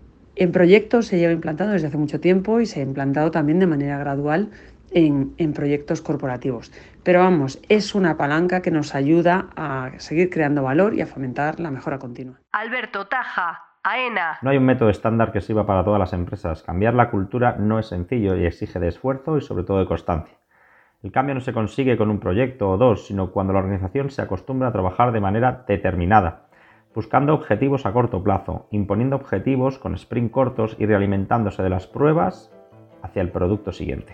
En proyectos se lleva implantado desde hace mucho tiempo y se ha implantado también de manera gradual en, en proyectos corporativos. Pero vamos, es una palanca que nos ayuda a seguir creando valor y a fomentar la mejora continua. Alberto Taja, AENA. No hay un método estándar que sirva para todas las empresas. Cambiar la cultura no es sencillo y exige de esfuerzo y sobre todo de constancia. El cambio no se consigue con un proyecto o dos, sino cuando la organización se acostumbra a trabajar de manera determinada, buscando objetivos a corto plazo, imponiendo objetivos con sprint cortos y realimentándose de las pruebas hacia el producto siguiente.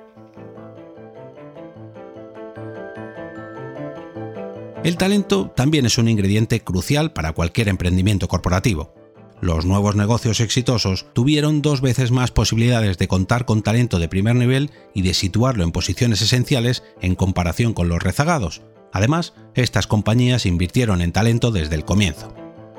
El talento también es un ingrediente crucial para cualquier emprendimiento corporativo. Los nuevos negocios exitosos tuvieron dos veces más posibilidades de contar con talento de primer nivel y de situarlo en posiciones esenciales en comparación con los rezagados. Además, estas compañías invirtieron en talento desde el comienzo.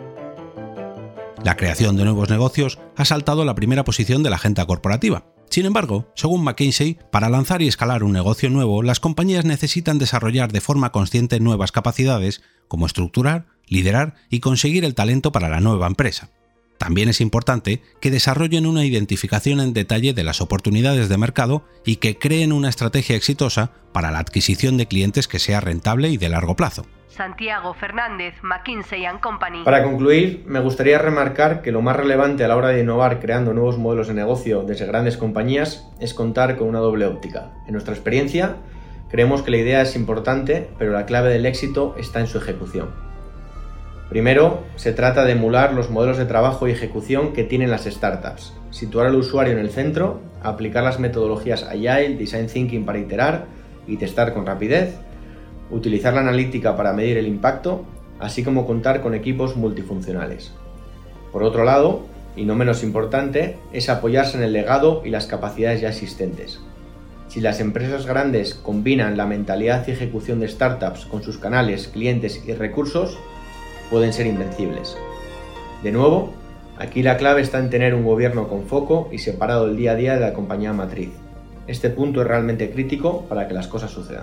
La creación de nuevos negocios ha saltado a la primera posición de la agenda corporativa. Sin embargo, según McKinsey, para lanzar y escalar un negocio nuevo, las compañías necesitan desarrollar de forma consciente nuevas capacidades, como estructurar, liderar y conseguir el talento para la nueva empresa. También es importante que desarrollen una identificación en detalle de las oportunidades de mercado y que creen una estrategia exitosa para la adquisición de clientes que sea rentable y de largo plazo. Santiago Fernández, McKinsey and Company. Para concluir, me gustaría remarcar que lo más relevante a la hora de innovar creando nuevos modelos de negocio desde grandes compañías es contar con una doble óptica. En nuestra experiencia, creemos que la idea es importante, pero la clave del éxito está en su ejecución. Primero, se trata de emular los modelos de trabajo y ejecución que tienen las startups, situar al usuario en el centro, aplicar las metodologías Agile, Design Thinking para iterar y testar con rapidez, utilizar la analítica para medir el impacto, así como contar con equipos multifuncionales. Por otro lado, y no menos importante, es apoyarse en el legado y las capacidades ya existentes. Si las empresas grandes combinan la mentalidad y ejecución de startups con sus canales, clientes y recursos, pueden ser invencibles. De nuevo, aquí la clave está en tener un gobierno con foco y separado el día a día de la compañía matriz. Este punto es realmente crítico para que las cosas sucedan.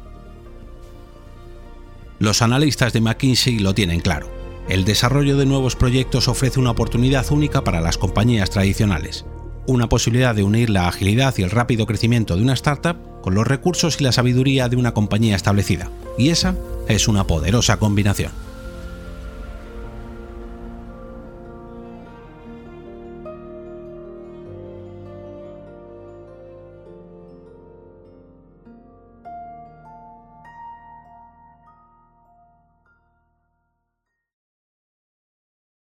Los analistas de McKinsey lo tienen claro. El desarrollo de nuevos proyectos ofrece una oportunidad única para las compañías tradicionales. Una posibilidad de unir la agilidad y el rápido crecimiento de una startup con los recursos y la sabiduría de una compañía establecida. Y esa es una poderosa combinación.